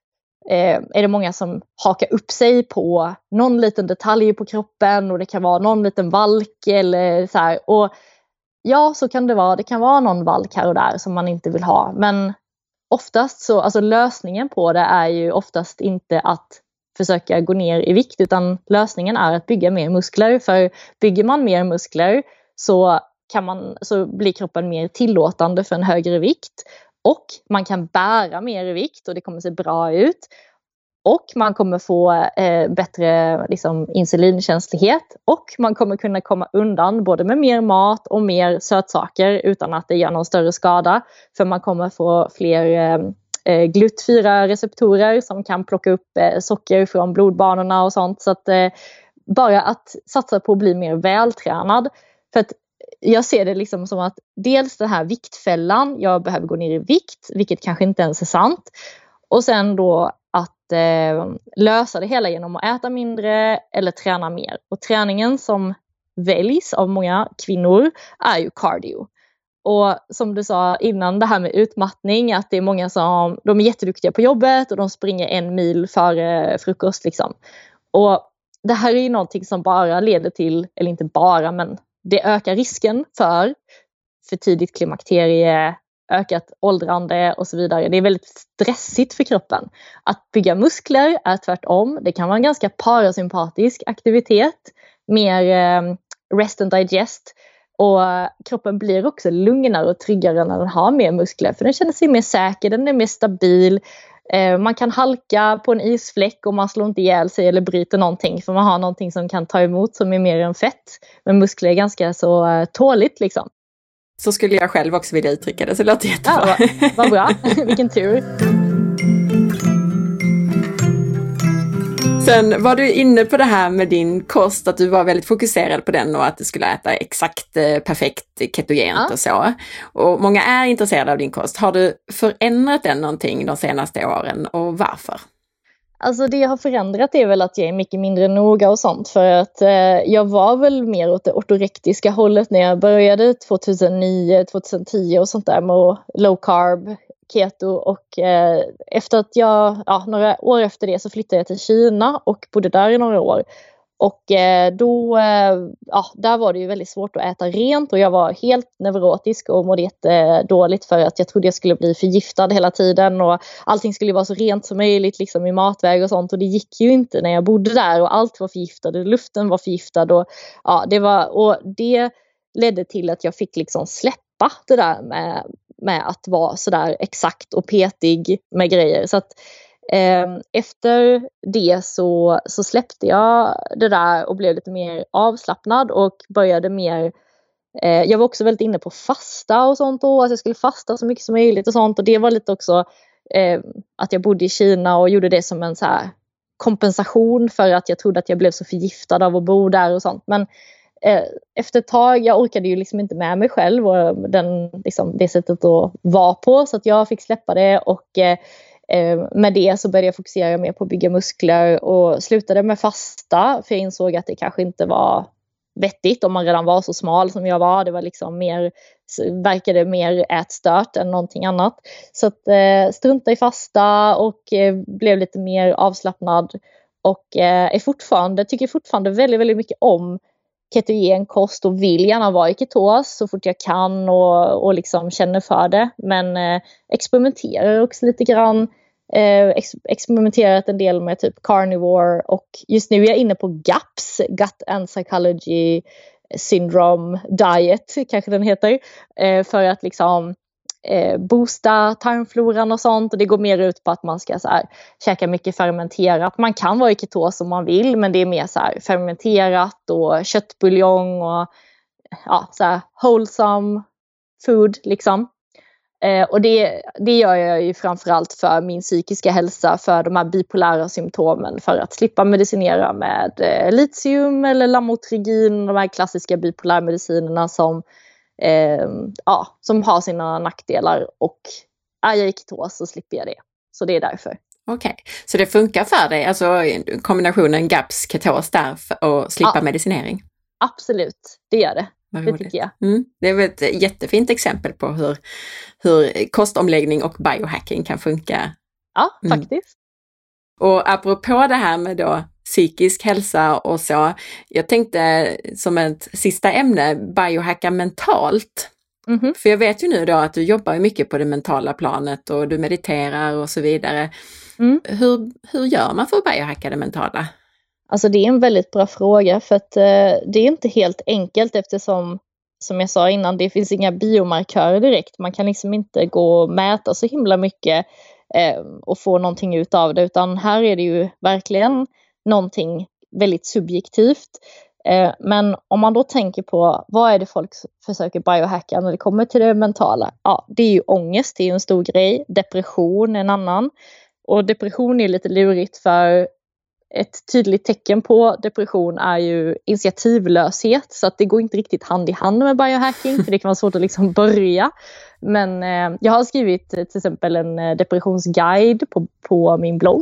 eh, är det många som hakar upp sig på någon liten detalj på kroppen och det kan vara någon liten valk eller så här. Och ja, så kan det vara. Det kan vara någon valk här och där som man inte vill ha. Men oftast så, alltså lösningen på det är ju oftast inte att försöka gå ner i vikt, utan lösningen är att bygga mer muskler. För bygger man mer muskler så, kan man, så blir kroppen mer tillåtande för en högre vikt. Och man kan bära mer i vikt och det kommer se bra ut. Och man kommer få eh, bättre liksom, insulinkänslighet. Och man kommer kunna komma undan både med mer mat och mer sötsaker utan att det gör någon större skada. För man kommer få fler eh, G L U T fyra receptorer som kan plocka upp eh, socker från blodbanorna och sånt. Så att eh, bara att satsa på att bli mer vältränad. För att jag ser det liksom som att dels den här viktfällan, jag behöver gå ner i vikt, vilket kanske inte ens är sant. Och sen då att eh, lösa det hela genom att äta mindre eller träna mer. Och träningen som väljs av många kvinnor är ju cardio. Och som du sa innan, det här med utmattning, att det är många som de är jätteduktiga på jobbet och de springer en mil före frukost liksom. Och det här är ju någonting som bara leder till, eller inte bara, men det ökar risken för för tidigt klimakterie, ökat åldrande och så vidare. Det är väldigt stressigt för kroppen. Att bygga muskler är tvärtom. Det kan vara en ganska parasympatisk aktivitet. Mer eh, rest and digest. Och kroppen blir också lugnare och tryggare när den har mer muskler. För den känner sig mer säker, den är mer stabil. Eh, man kan halka på en isfläck och man slår inte ihjäl sig eller bryter någonting, för man har någonting som kan ta emot som är mer än fett. Men muskler är ganska så eh, tåligt liksom. Så skulle jag själv också vilja uttrycka det, så det låter jättebra. Ja, vad, vad bra, vilken tur. Sen var du inne på det här med din kost, att du var väldigt fokuserad på den och att du skulle äta exakt eh, perfekt ketogent ja. och så. Och många är intresserade av din kost. Har du förändrat den någonting de senaste åren och varför? Alltså det jag har förändrat är väl att jag är mycket mindre noga och sånt, för att eh, jag var väl mer åt det ortorektiska hållet när jag började tjugohundranio tjugohundratio och sånt där med low carb, keto, och eh, efter att jag, ja, några år efter det så flyttade jag till Kina och bodde där i några år. Och eh, då, eh, ja, där var det ju väldigt svårt att äta rent och jag var helt neurotisk och mådde jättedåligt för att jag trodde jag skulle bli förgiftad hela tiden och allting skulle vara så rent som möjligt liksom i matväg och sånt, och det gick ju inte när jag bodde där och allt var förgiftat och luften var förgiftad och ja, det var, och det ledde till att jag fick liksom släppa det där med, med att vara sådär exakt och petig med grejer. Så att efter det så, så släppte jag det där och blev lite mer avslappnad och började mer, eh, jag var också väldigt inne på fasta och sånt då, att jag skulle fasta så mycket som möjligt och sånt, och det var lite också eh, att jag bodde i Kina och gjorde det som en så här kompensation för att jag trodde att jag blev så förgiftad av att bo där och sånt. Men eh, efter ett tag, jag orkade ju liksom inte med mig själv och den, liksom, det sättet att vara på, så att jag fick släppa det och eh, med det så började jag fokusera mer på att bygga muskler och slutade med fasta, för jag insåg att det kanske inte var vettigt om man redan var så smal som jag var. Det var liksom mer, verkade mer ätstört än någonting annat. Så att eh, strunta i fasta och eh, blev lite mer avslappnad och eh, är fortfarande, tycker fortfarande väldigt, väldigt mycket om ketogen kost och vill gärna vara i ketos så fort jag kan och, och liksom känner för det. Men eh, experimenterar också lite grann. Eh, ex- experimenterat en del med typ carnivore, och just nu är jag inne på GAPS, Gut and Psychology Syndrome Diet kanske den heter, eh, för att liksom eh, boosta tarmfloran och sånt, och det går mer ut på att man ska så här, käka mycket fermenterat. Man kan vara i ketos om man vill, men det är mer så här fermenterat och köttbuljong och ja, så här wholesome food liksom. Eh, och det, det gör jag ju framförallt för min psykiska hälsa, för de här bipolära symptomen, för att slippa medicinera med eh, litium eller lamotrigin, de här klassiska bipolärmedicinerna som, eh, ja, som har sina nackdelar, och är jag i ketos så slipper jag det. Så det är därför. Okej, okay. Så det funkar för dig, alltså kombinationen GAPS, ketos där och slippa ja, medicinering? Absolut, det gör det. Det tycker jag. Mm. Det är ett jättefint exempel på hur, hur kostomläggning och biohacking kan funka. Ja, faktiskt. Mm. Och apropå det här med då psykisk hälsa och så, jag tänkte som ett sista ämne, biohacka mentalt. Mm-hmm. För jag vet ju nu då att du jobbar mycket på det mentala planet och du mediterar och så vidare. Mm. Hur, hur gör man för att biohacka det mentala? Alltså det är en väldigt bra fråga, för att eh, det är inte helt enkelt, eftersom, som jag sa innan, det finns inga biomarkörer direkt. Man kan liksom inte gå och mäta så himla mycket eh, och få någonting ut av det, utan här är det ju verkligen någonting väldigt subjektivt. Eh, men om man då tänker på vad är det folk försöker biohacka när det kommer till det mentala? Ja, det är ju ångest, det är ju en stor grej. Depression är en annan. Och depression är lite lurigt, för ett tydligt tecken på depression är ju initiativlöshet, så att det går inte riktigt hand i hand med biohacking, för det kan vara svårt att liksom börja. Men eh, jag har skrivit till exempel en depressionsguide på, på min blogg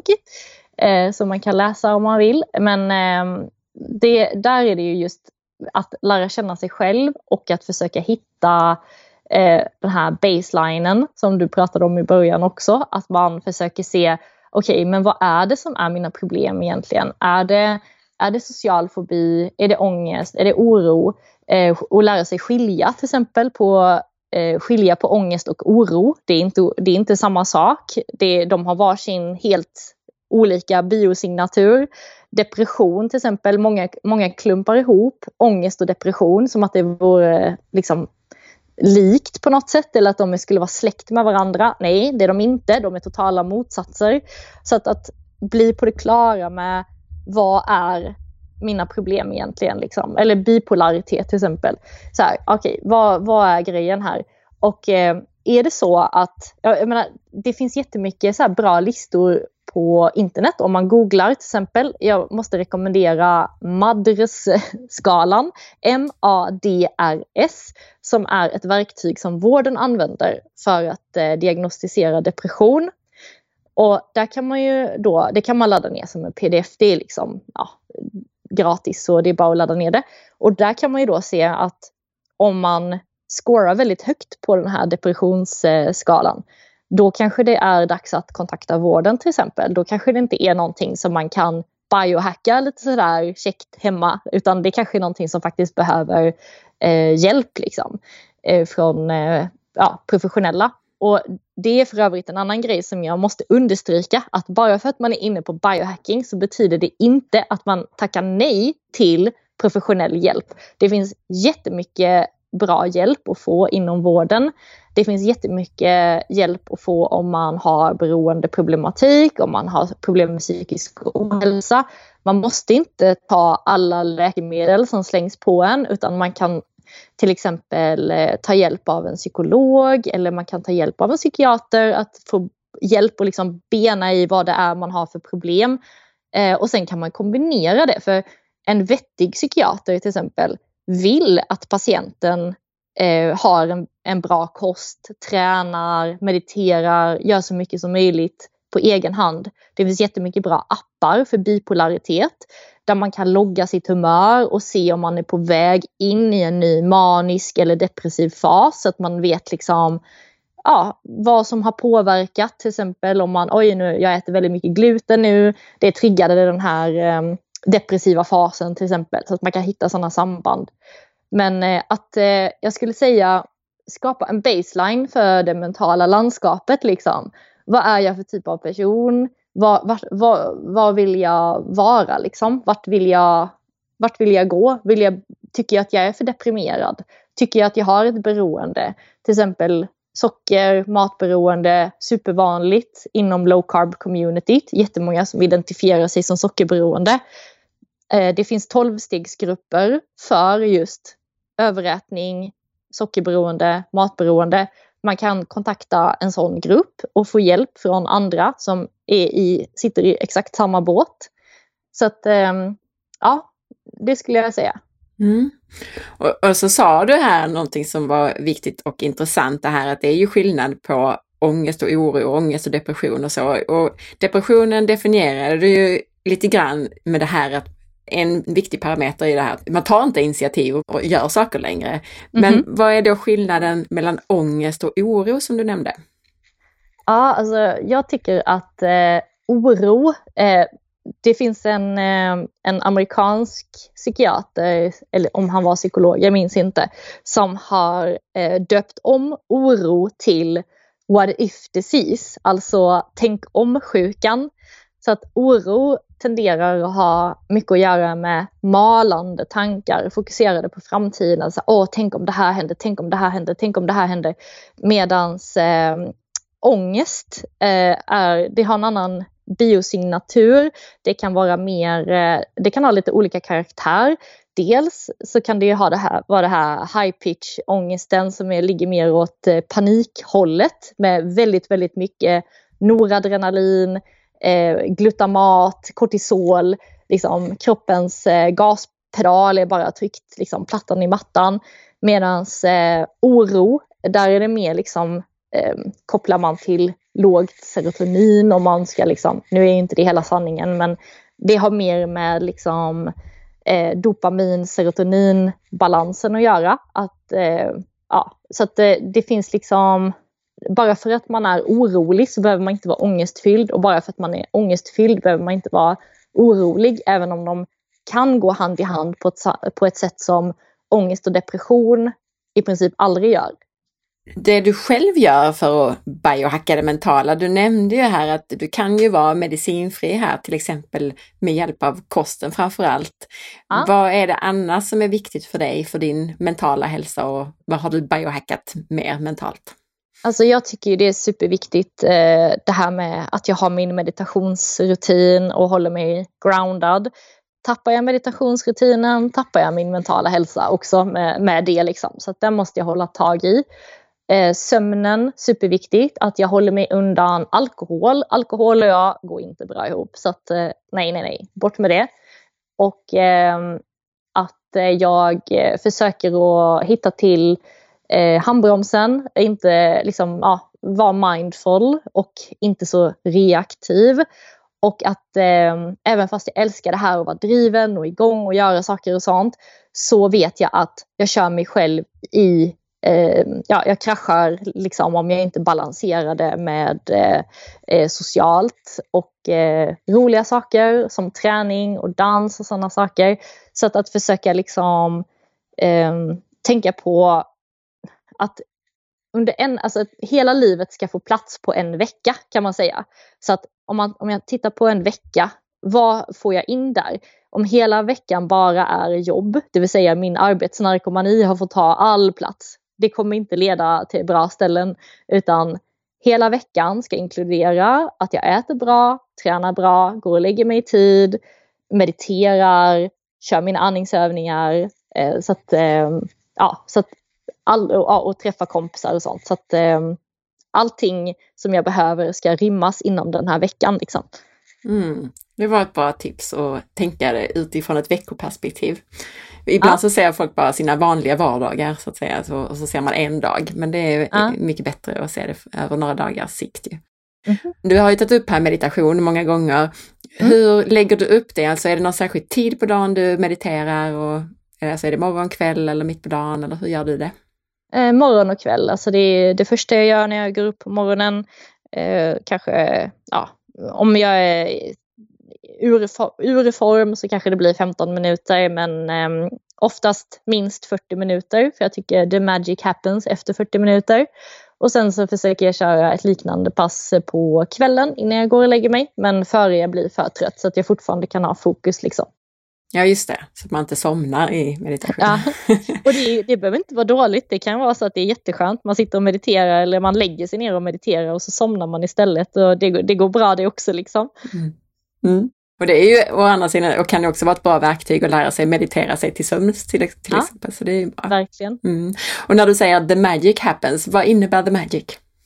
eh, som man kan läsa om man vill. Men eh, det, där är det ju just att lära känna sig själv och att försöka hitta eh, den här baselinen som du pratade om i början också, att man försöker se okej, okay, men vad är det som är mina problem egentligen? Är det, är det social fobi? Är det ångest? Är det oro? Eh, och lära sig skilja till exempel på, eh, skilja på ångest och oro. Det är inte, det är inte samma sak. Det, de har varsin helt olika biosignatur. Depression till exempel, många, många klumpar ihop ångest och depression som att det vore liksom likt på något sätt eller att de skulle vara släkt med varandra. Nej, det är de inte. De är totala motsatser. Så att, att bli på det klara med vad är mina problem egentligen liksom. Eller bipolaritet till exempel. Så här, okej, okay, vad, vad är grejen här? Och eh, är det så att, jag menar, det finns jättemycket så här bra listor på internet om man googlar till exempel. Jag måste rekommendera M A D R S-skalan, M A D R S, som är ett verktyg som vården använder för att eh, diagnostisera depression. Och där kan man ju då, det kan man ladda ner som en pdf, det är liksom ja, gratis så det är bara att ladda ner det. Och där kan man ju då se att om man scorar väldigt högt på den här depressionsskalan, då kanske det är dags att kontakta vården till exempel. Då kanske det inte är någonting som man kan biohacka lite sådär käckt hemma, utan det kanske är någonting som faktiskt behöver eh, hjälp liksom, eh, från eh, ja, professionella. Och det är för övrigt en annan grej som jag måste understryka, att bara för att man är inne på biohacking så betyder det inte att man tackar nej till professionell hjälp. Det finns jättemycket bra hjälp att få inom vården. Det finns jättemycket hjälp att få om man har beroendeproblematik, om man har problem med psykisk ohälsa. Man måste inte ta alla läkemedel som slängs på en, utan man kan till exempel eh, ta hjälp av en psykolog eller man kan ta hjälp av en psykiater att få hjälp och liksom bena i vad det är man har för problem. Eh, och sen kan man kombinera det, för en vettig psykiater till exempel vill att patienten eh, har en, en bra kost, tränar, mediterar, gör så mycket som möjligt på egen hand. Det finns jättemycket bra appar för bipolaritet där man kan logga sitt humör och se om man är på väg in i en ny manisk eller depressiv fas, så att man vet liksom ja, vad som har påverkat. Till exempel om man, oj nu, jag äter väldigt mycket gluten nu, det triggade den här eh, depressiva fasen till exempel, så att man kan hitta sådana samband. Men eh, att eh, jag skulle säga skapa en baseline för det mentala landskapet liksom. Vad är jag för typ av person? Vad, vart, vad, vad vill jag vara liksom? Vart vill jag, vart vill jag gå? Vill jag, tycker jag att jag är för deprimerad? Tycker jag att jag har ett beroende? Till exempel socker, matberoende, supervanligt inom low carb communityt. Jättemånga som identifierar sig som sockerberoende. Eh, det finns tolv-stegsgrupper för just överätning, sockerberoende, matberoende. Man kan kontakta en sån grupp och få hjälp från andra som är i, sitter i exakt samma båt. Så att, ja, det skulle jag säga. Mm. Och, och så sa du här någonting som var viktigt och intressant, det här att det är ju skillnad på ångest och oro, ångest och depression och så. Och depressionen definierade du ju lite grann med det här att en viktig parameter i det här, man tar inte initiativ och gör saker längre. Men mm-hmm. vad är då skillnaden mellan ångest och oro som du nämnde? Ja, alltså jag tycker att eh, oro, eh, det finns en, eh, en amerikansk psykiater, eller om han var psykolog, jag minns inte, som har eh, döpt om oro till what if disease, alltså tänk om sjukan. Så att oro tenderar att ha mycket att göra med malande tankar, fokuserade på framtiden. Alltså, åh, tänk om det här händer, tänk om det här händer, tänk om det här händer. Medans eh, ångest, eh, är, det har en annan biosignatur. Det kan vara mer, eh, det kan ha lite olika karaktär. Dels så kan det ju ha det här, vara det här high pitch ångesten som är, ligger mer åt eh, panikhållet med väldigt, väldigt mycket noradrenalin, Eh, glutamat, kortisol, liksom kroppens eh, gaspedal är bara tryckt liksom plattan i mattan. Medans eh, oro, där är det mer liksom eh, kopplar man till lågt serotonin, och man ska liksom, nu är inte det hela sanningen, men det har mer med liksom eh, dopamin, serotonin balansen att göra. Att, eh, ja, så att det, det finns liksom, bara för att man är orolig så behöver man inte vara ångestfylld, och bara för att man är ångestfylld behöver man inte vara orolig, även om de kan gå hand i hand på ett, på ett sätt som ångest och depression i princip aldrig gör. det du själv gör för att biohacka det mentala, du nämnde ju här att du kan ju vara medicinfri här, till exempel med hjälp av kosten framför allt. Ja. Vad är det annars som är viktigt för dig, för din mentala hälsa, och vad har du biohackat mer mentalt? Alltså jag tycker ju det är superviktigt eh, det här med att jag har min meditationsrutin och håller mig grounded. Tappar jag meditationsrutinen, tappar jag min mentala hälsa också med, med det liksom. Så att den måste jag hålla tag i. Eh, sömnen, superviktigt. Att jag håller mig undan alkohol. Alkohol och jag går inte bra ihop. Så att eh, nej, nej, nej. Bort med det. Och eh, att eh, jag försöker att hitta till eh, handbromsen. Inte liksom, ja, vara mindful och inte så reaktiv. Och att eh, även fast jag älskar det här att vara driven och igång och göra saker och sånt, så vet jag att jag kör mig själv i, eh, ja, jag kraschar liksom om jag inte balanserar det med eh, socialt och eh, roliga saker som träning och dans och sådana saker. Så att, att försöka liksom eh, tänka på att under en, alltså hela livet ska få plats på en vecka, kan man säga. Så att om, man, om jag tittar på en vecka, vad får jag in där? Om hela veckan bara är jobb, det vill säga min arbetsnarkomani har fått ta all plats. Det kommer inte leda till bra ställen, utan hela veckan ska inkludera att jag äter bra, tränar bra, går och lägger mig i tid, mediterar, kör mina andningsövningar. Eh, så att, eh, ja, så att All, och, och träffa kompisar och sånt. Så att eh, allting som jag behöver ska rimmas inom den här veckan. Liksom. Mm. Det var ett bra tips att tänka det utifrån ett veckoperspektiv. Ibland ja. så ser folk bara sina vanliga vardagar så att säga. Så, och så ser man en dag. Men det är ja. mycket bättre att se det över några dagars sikt. Ju. Mm. Du har ju tagit upp här meditation många gånger. Mm. Hur lägger du upp det? Alltså är det någon särskild tid på dagen du mediterar? Och, alltså är det morgon, kväll eller mitt på dagen? Eller hur gör du det? Eh, morgon och kväll. Alltså det är det första jag gör när jag går upp på morgonen. Eh, kanske, ja, om jag är ur, ur form så kanske det blir femton minuter. Men eh, oftast minst fyrtio minuter. För jag tycker the magic happens efter fyrtio minuter. Och sen så försöker jag köra ett liknande pass på kvällen innan jag går och lägger mig. Men före jag blir för trött så att jag fortfarande kan ha fokus liksom. Ja, just det. Så att man inte somnar i meditation. Ja, och det, det behöver inte vara dåligt. Det kan vara så att det är jätteskönt. Man sitter och mediterar eller man lägger sig ner och mediterar och så somnar man istället. Och det, det går bra det också liksom. Mm. Mm. Och det är ju å andra sidan, och kan ju också vara ett bra verktyg att lära sig meditera sig till sömns till, till ja, exempel. Så det är ju bra. Verkligen. Mm. Och när du säger the magic happens, vad innebär the magic?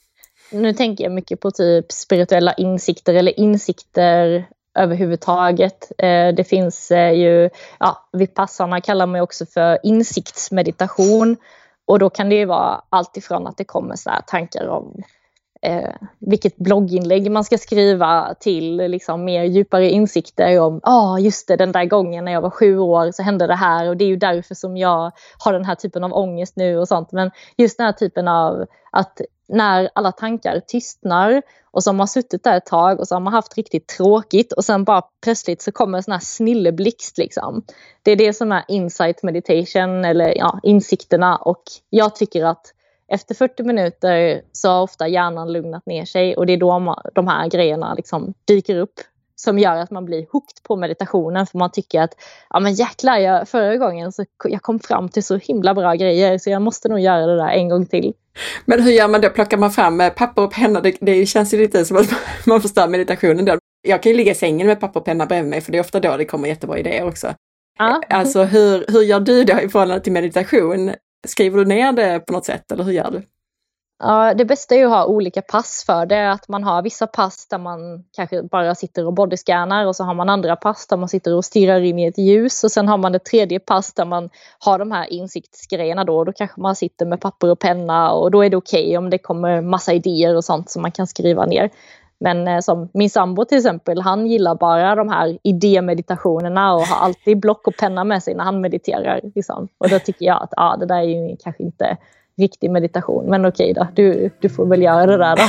Nu tänker jag mycket på typ spirituella insikter eller insikter överhuvudtaget. Det finns ju, ja, Vipassana kallar man också för insiktsmeditation, och då kan det ju vara allt ifrån att det kommer så här tankar om eh, vilket blogginlägg man ska skriva till liksom mer djupare insikter om, ja ah, just det, den där gången när jag var sju år så hände det här och det är ju därför som jag har den här typen av ångest nu och sånt. Men just den här typen av att när alla tankar tystnar och så har man suttit där ett tag och så har man haft riktigt tråkigt och sen bara plötsligt så kommer en sån här snilleblixt liksom. Det är det som är insight meditation eller ja, insikterna, och jag tycker att efter fyrtio minuter så har ofta hjärnan lugnat ner sig och det är då de här grejerna liksom dyker upp som gör att man blir hooked på meditationen, för man tycker att ja men jäklar, jag, förra gången så jag kom fram till så himla bra grejer så jag måste nog göra det där en gång till. Men hur gör man då? Plockar man fram papper och penna? Det, det känns ju lite som att man förstör meditationen då. Jag kan ju ligga i sängen med papper och penna bredvid mig, för det är ofta då det kommer jättebra idéer också. Ja. Alltså hur, hur gör du då i förhållande till meditation? Skriver du ner det på något sätt eller hur gör du? Ja, det bästa är ju att ha olika pass för det. Att man har vissa pass där man kanske bara sitter och bodyscannar, och så har man andra pass där man sitter och stirrar in i ett ljus, och sen har man ett tredje pass där man har de här insiktsgrejerna då. Då kanske man sitter med papper och penna, och då är det okej okay om det kommer massa idéer och sånt som man kan skriva ner. Men eh, som min sambo till exempel, han gillar bara de här idémeditationerna och har alltid block och penna med sig när han mediterar. Liksom. Och då tycker jag att ah, det där är ju kanske inte riktig meditation. Men okej då, du, du får väl göra det där då.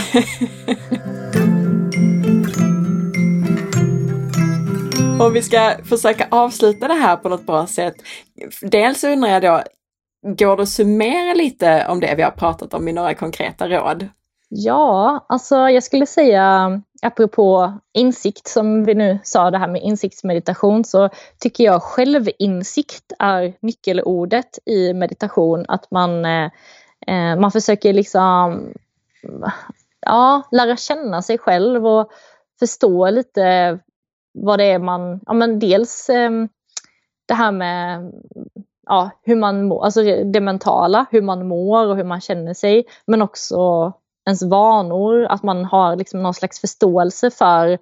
Om vi ska försöka avsluta det här på något bra sätt. Dels undrar jag då, går det att summera lite om det vi har pratat om i några konkreta råd? Ja, alltså jag skulle säga, apropå insikt som vi nu sa, det här med insiktsmeditation, så tycker jag självinsikt är nyckelordet i meditation. Att man, eh, man försöker liksom ja, lära känna sig själv och förstå lite vad det är man, ja men dels eh, det här med ja, hur man mår, alltså det mentala, hur man mår och hur man känner sig, men också ens vanor, att man har liksom någon slags förståelse för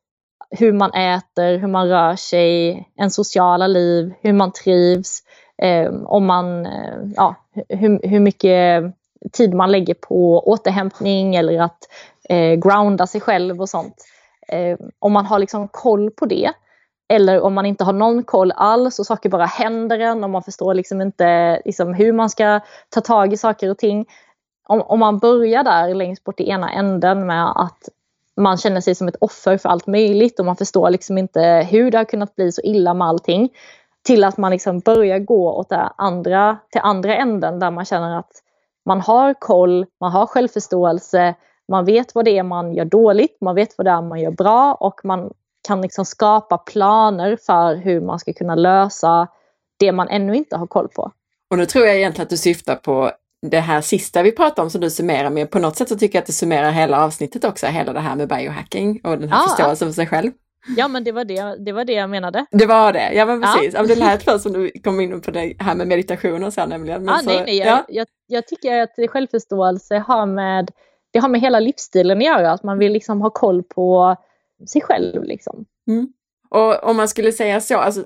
hur man äter, hur man rör sig, en sociala liv, hur man trivs, eh, om man, eh, ja, hur, hur mycket tid man lägger på återhämtning eller att eh, grounda sig själv och sånt. Eh, om man har liksom koll på det, eller om man inte har någon koll alls och saker bara händer en och man förstår liksom inte liksom hur man ska ta tag i saker och ting. Om, om man börjar där längst bort i ena änden med att man känner sig som ett offer för allt möjligt och man förstår liksom inte hur det har kunnat bli så illa med allting, till att man liksom börjar gå åt det andra, till andra änden där man känner att man har koll, man har självförståelse, man vet vad det är man gör dåligt, man vet vad det är man gör bra och man kan liksom skapa planer för hur man ska kunna lösa det man ännu inte har koll på. Och nu tror jag egentligen att du syftar på det här sista vi pratade om som du summerar med. På något sätt så tycker jag att det summerar hela avsnittet också, hela det här med biohacking och den här ja, förståelsen för sig själv. Ja, men det var det, det var det jag menade. Det var det, ja men precis. Ja. Det lät för som du kom in på det här med meditation och så nämligen. Men ja, så, nej, nej. Ja. Jag, jag, jag tycker att självförståelse har med, det har med hela livsstilen att göra. Att man vill liksom ha koll på sig själv liksom. Mm. Och om man skulle säga så, alltså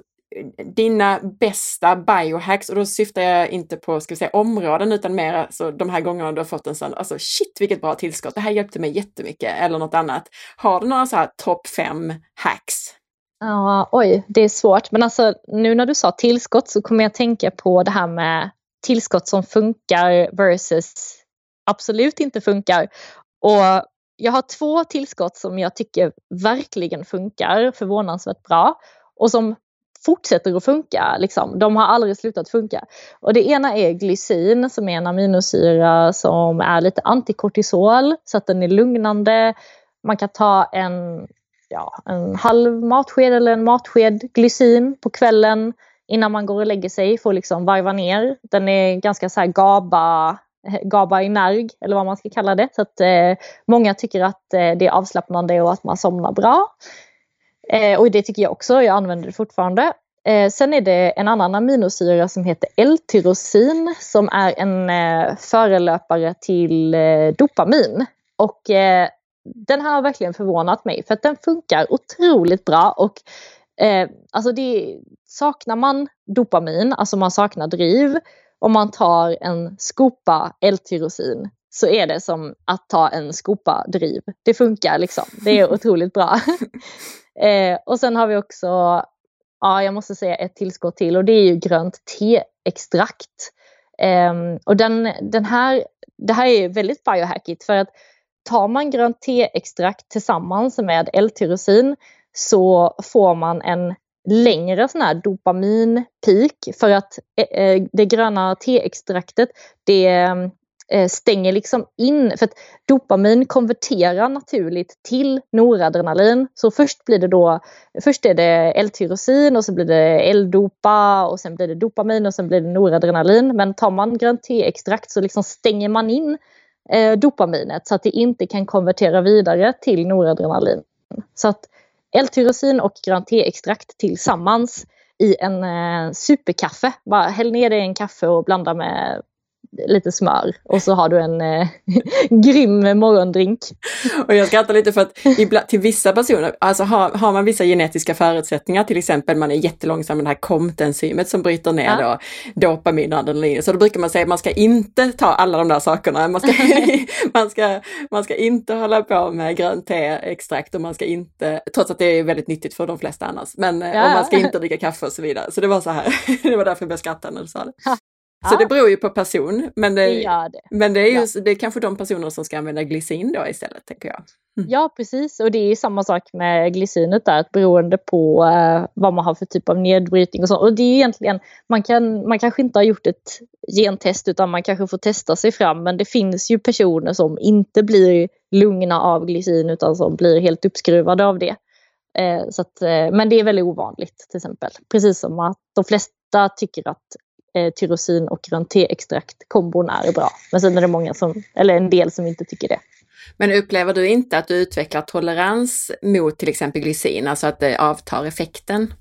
dina bästa biohacks, och då syftar jag inte på ska vi säga, områden utan mer alltså, de här gångerna du har fått en sån, alltså shit vilket bra tillskott, det här hjälpte mig jättemycket eller något annat. Har du några så här topp fem hacks? Ja, oj, det är svårt. Men alltså nu när du sa tillskott så kommer jag tänka på det här med tillskott som funkar versus absolut inte funkar. Och jag har två tillskott som jag tycker verkligen funkar förvånansvärt bra och som fortsätter att funka. Liksom. De har aldrig slutat funka. Och det ena är glycin som är en aminosyra som är lite antikortisol så att den är lugnande. Man kan ta en, ja, en halv matsked eller en matsked glycin på kvällen innan man går och lägger sig för att liksom varva ner. Den är ganska så här GABA GABA-inerg eller vad man ska kalla det. Så att eh, många tycker att eh, det är avslappnande och att man somnar bra. Eh, och det tycker jag också, jag använder det fortfarande. Eh, sen är det en annan aminosyra som heter L-tyrosin som är en eh, förelöpare till eh, dopamin. Och eh, den här har verkligen förvånat mig för att den funkar otroligt bra och eh, alltså det saknar man dopamin, alltså man saknar driv. Om man tar en skopa L-tyrosin så är det som att ta en skopa driv. Det funkar liksom. Det är otroligt bra. eh, och sen har vi också, ja jag måste säga ett tillskott till och det är ju grönt te-extrakt. Eh, och den, den här, det här är väldigt biohackigt för att tar man grönt te-extrakt tillsammans med L-tyrosin så får man en längre sån här dopaminpeak för att eh, det gröna te-extraktet det eh, stänger liksom in för att dopamin konverterar naturligt till noradrenalin. Så först blir det då först är det L-tyrosin och så blir det L-dopa och sen blir det dopamin och sen blir det noradrenalin. Men tar man grönt te-extrakt så liksom stänger man in eh, dopaminet så att det inte kan konvertera vidare till noradrenalin. Så att L-tyrosin och grönt te-extrakt tillsammans i en eh, superkaffe. Bara häll ner det i en kaffe och blanda med lite smör. Och så har du en eh, grym morgondrink. Och jag skrattar lite för att ibland, till vissa personer, alltså har, har man vissa genetiska förutsättningar, till exempel man är jättelångsam med det här C O M T-enzymet som bryter ner ja. då, dopamin och adrenalin. Så då brukar man säga att man ska inte ta alla de där sakerna. Man ska, man ska, man ska inte hålla på med grönt te-extrakt och man ska inte, trots att det är väldigt nyttigt för de flesta annars, men ja. och man ska inte dricka kaffe och så vidare. Så det var så här, det var därför jag började skratta när du sa det. Så ja. det beror ju på person, men det, det, det. Men det är ju ja. det är kanske de personer som ska använda glycin då istället, tänker jag. Mm. Ja, precis. Och det är samma sak med glycinet där, att beroende på eh, vad man har för typ av nedbrytning och så. Och det är egentligen, man, kan, man kanske inte har gjort ett gentest utan man kanske får testa sig fram. Men det finns ju personer som inte blir lugna av glycin utan som blir helt uppskruvade av det. Eh, så att, eh, men det är väldigt ovanligt till exempel. Precis som att de flesta tycker att eh, tyrosin och grönt te-extrakt kombon är bra. Men sen är det många som, eller en del som inte tycker det. Men upplever du inte att du utvecklar tolerans mot till exempel glycin, alltså att det avtar effekten?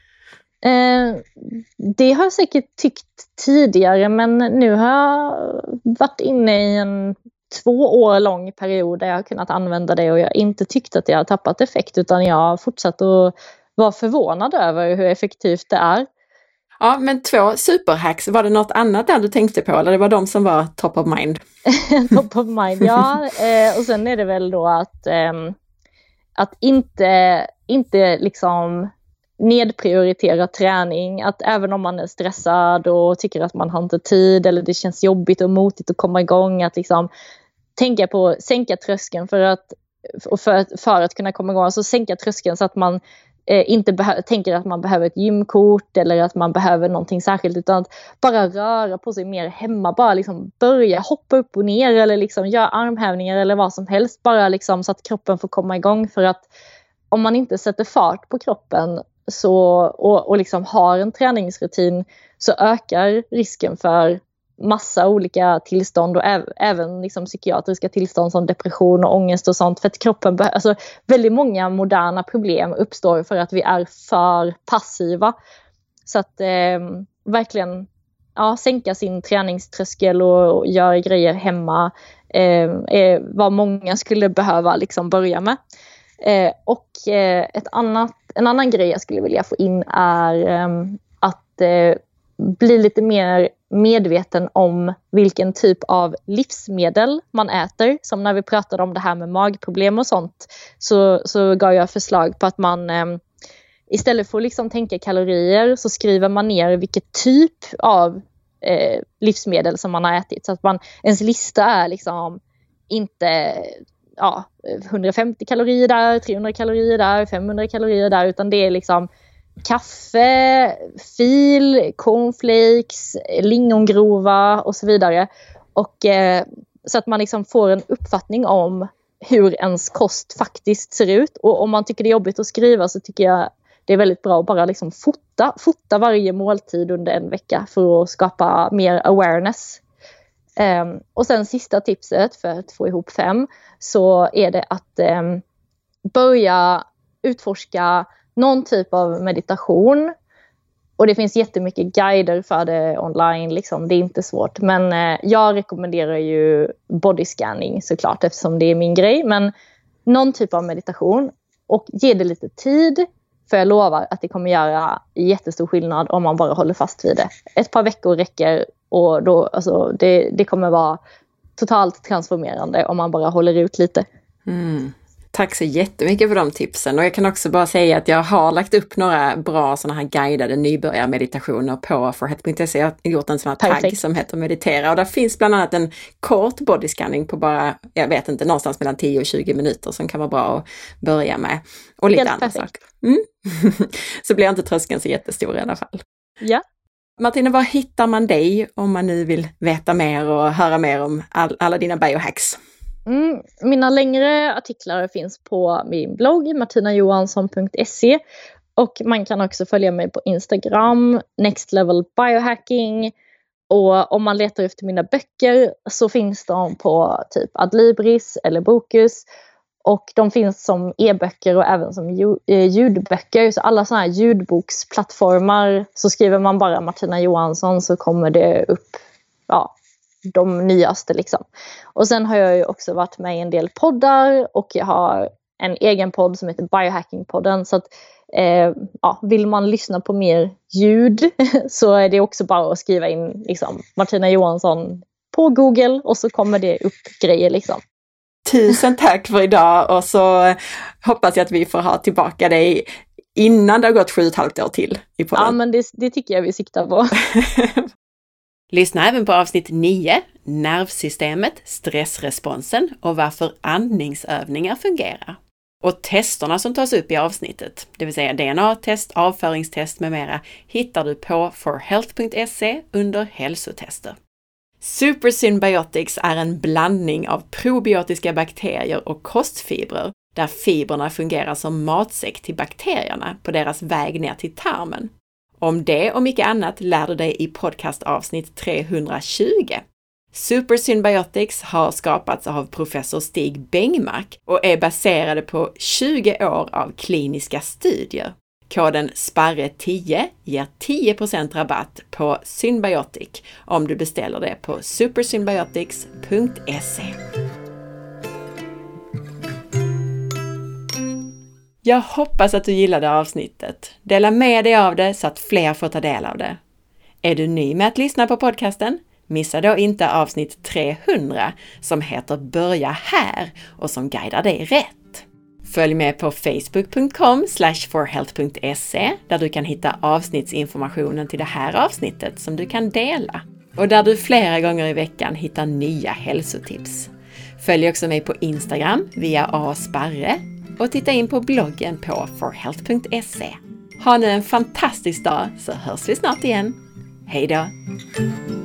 Eh, det har jag säkert tyckt tidigare, men nu har jag varit inne i en två år lång period där jag har kunnat använda det och jag har inte tyckt att jag har tappat effekt, utan jag har fortsatt att vara förvånad över hur effektivt det är. Ja, men två superhacks, var det något annat där du tänkte på eller det var de som var top of mind? Top of mind, ja. Eh, och sen är det väl då att, eh, att inte, inte liksom nedprioritera träning. Att även om man är stressad och tycker att man har inte tid eller det känns jobbigt och motigt att komma igång, att liksom tänka på att sänka tröskeln för att, för, för att kunna komma igång. Alltså sänka tröskeln så att man Eh, inte behö- tänker att man behöver ett gymkort eller att man behöver någonting särskilt, utan att bara röra på sig mer hemma, bara liksom börja hoppa upp och ner eller liksom göra armhävningar eller vad som helst, bara liksom så att kroppen får komma igång. För att om man inte sätter fart på kroppen så, och, och liksom har en träningsrutin, så ökar risken för massa olika tillstånd och äv- även liksom psykiatriska tillstånd som depression och ångest och sånt. För att kroppen, be- alltså väldigt många moderna problem uppstår för att vi är för passiva. Så att eh, verkligen ja, sänka sin träningströskel och, och göra grejer hemma eh, är vad många skulle behöva liksom börja med. Eh, och eh, ett annat, en annan grej jag skulle vilja få in är eh, att eh, bli lite mer medveten om vilken typ av livsmedel man äter. Som när vi pratade om det här med magproblem och sånt, så, så gav jag förslag på att man eh, istället för att liksom tänka kalorier, så skriver man ner vilket typ av eh, livsmedel som man har ätit. Så att man, ens lista är liksom inte ja, hundrafemtio kalorier där, trehundra kalorier där, femhundra kalorier där, utan det är liksom kaffe, fil, cornflakes, lingongrova och så vidare. Och eh, så att man liksom får en uppfattning om hur ens kost faktiskt ser ut. Och om man tycker det är jobbigt att skriva, så tycker jag det är väldigt bra att bara liksom fota, fota varje måltid under en vecka för att skapa mer awareness. Um, och sen sista tipset för att få ihop fem, så är det att um, börja utforska någon typ av meditation. Och det finns jättemycket guider för det online, liksom. Det är inte svårt. Men eh, jag rekommenderar ju body scanning såklart, eftersom det är min grej. Men någon typ av meditation, och ge det lite tid. För jag lovar att det kommer göra jättestor skillnad om man bara håller fast vid det. Ett par veckor räcker, och då, alltså, det, det kommer vara totalt transformerande om man bara håller ut lite. Mm. Tack så jättemycket för de tipsen, och jag kan också bara säga att jag har lagt upp några bra sådana här guidade nybörjarmeditationer på forhealth punkt se. Jag har gjort en sån här tagg Perfekt. Som heter meditera, och där finns bland annat en kort bodyscanning på bara, jag vet inte, någonstans mellan tio och tjugo minuter som kan vara bra att börja med, och lite Helt andra perfekt. Saker. Mm. Så blir inte tröskeln så jättestor i alla fall. Ja. Martina, var hittar man dig om man nu vill veta mer och höra mer om all, alla dina biohacks? Mm, mina längre artiklar finns på min blogg martina johansson punkt se, och man kan också följa mig på Instagram, Next Level Biohacking, och om man letar efter mina böcker så finns de på typ Adlibris eller Bokus, och de finns som e-böcker och även som ljudböcker. Så alla sådana här ljudboksplattformar, så skriver man bara Martina Johansson så kommer det upp ja, de nyaste liksom. Och sen har jag ju också varit med i en del poddar, och jag har en egen podd som heter Biohacking-podden. Så att eh, ja, vill man lyssna på mer ljud så är det också bara att skriva in liksom, Martina Johansson på Google, och så kommer det upp grejer liksom. Tusen tack för idag, och så hoppas jag att vi får ha tillbaka dig innan det har gått sju och ett halvt år till i podden. Ja, men det, det tycker jag vi siktar på. Lyssna även på avsnitt nio, nervsystemet, stressresponsen och varför andningsövningar fungerar. Och testerna som tas upp i avsnittet, det vill säga D N A-test, avföringstest med mera, hittar du på for health punkt se under hälsotester. Super Synbiotics är en blandning av probiotiska bakterier och kostfibrer, där fibrerna fungerar som matsäck till bakterierna på deras väg ner till tarmen. Om det och mycket annat lär du dig i podcastavsnitt trehundratjugo. Super Synbiotics har skapats av professor Stig Bengmark och är baserade på tjugo år av kliniska studier. Koden sparre tio ger tio procent rabatt på Synbiotic om du beställer det på supersynbiotics punkt se. Jag hoppas att du gillade avsnittet. Dela med dig av det så att fler får ta del av det. Är du ny med att lyssna på podcasten? Missa då inte avsnitt trehundra som heter Börja här och som guidar dig rätt. Följ med på facebook punkt com slash for health punkt se där du kan hitta avsnittsinformationen till det här avsnittet som du kan dela och där du flera gånger i veckan hittar nya hälsotips. Följ också mig på Instagram via asparre och titta in på bloggen på for health punkt se. Ha nu en fantastisk dag så hörs vi snart igen. Hej då!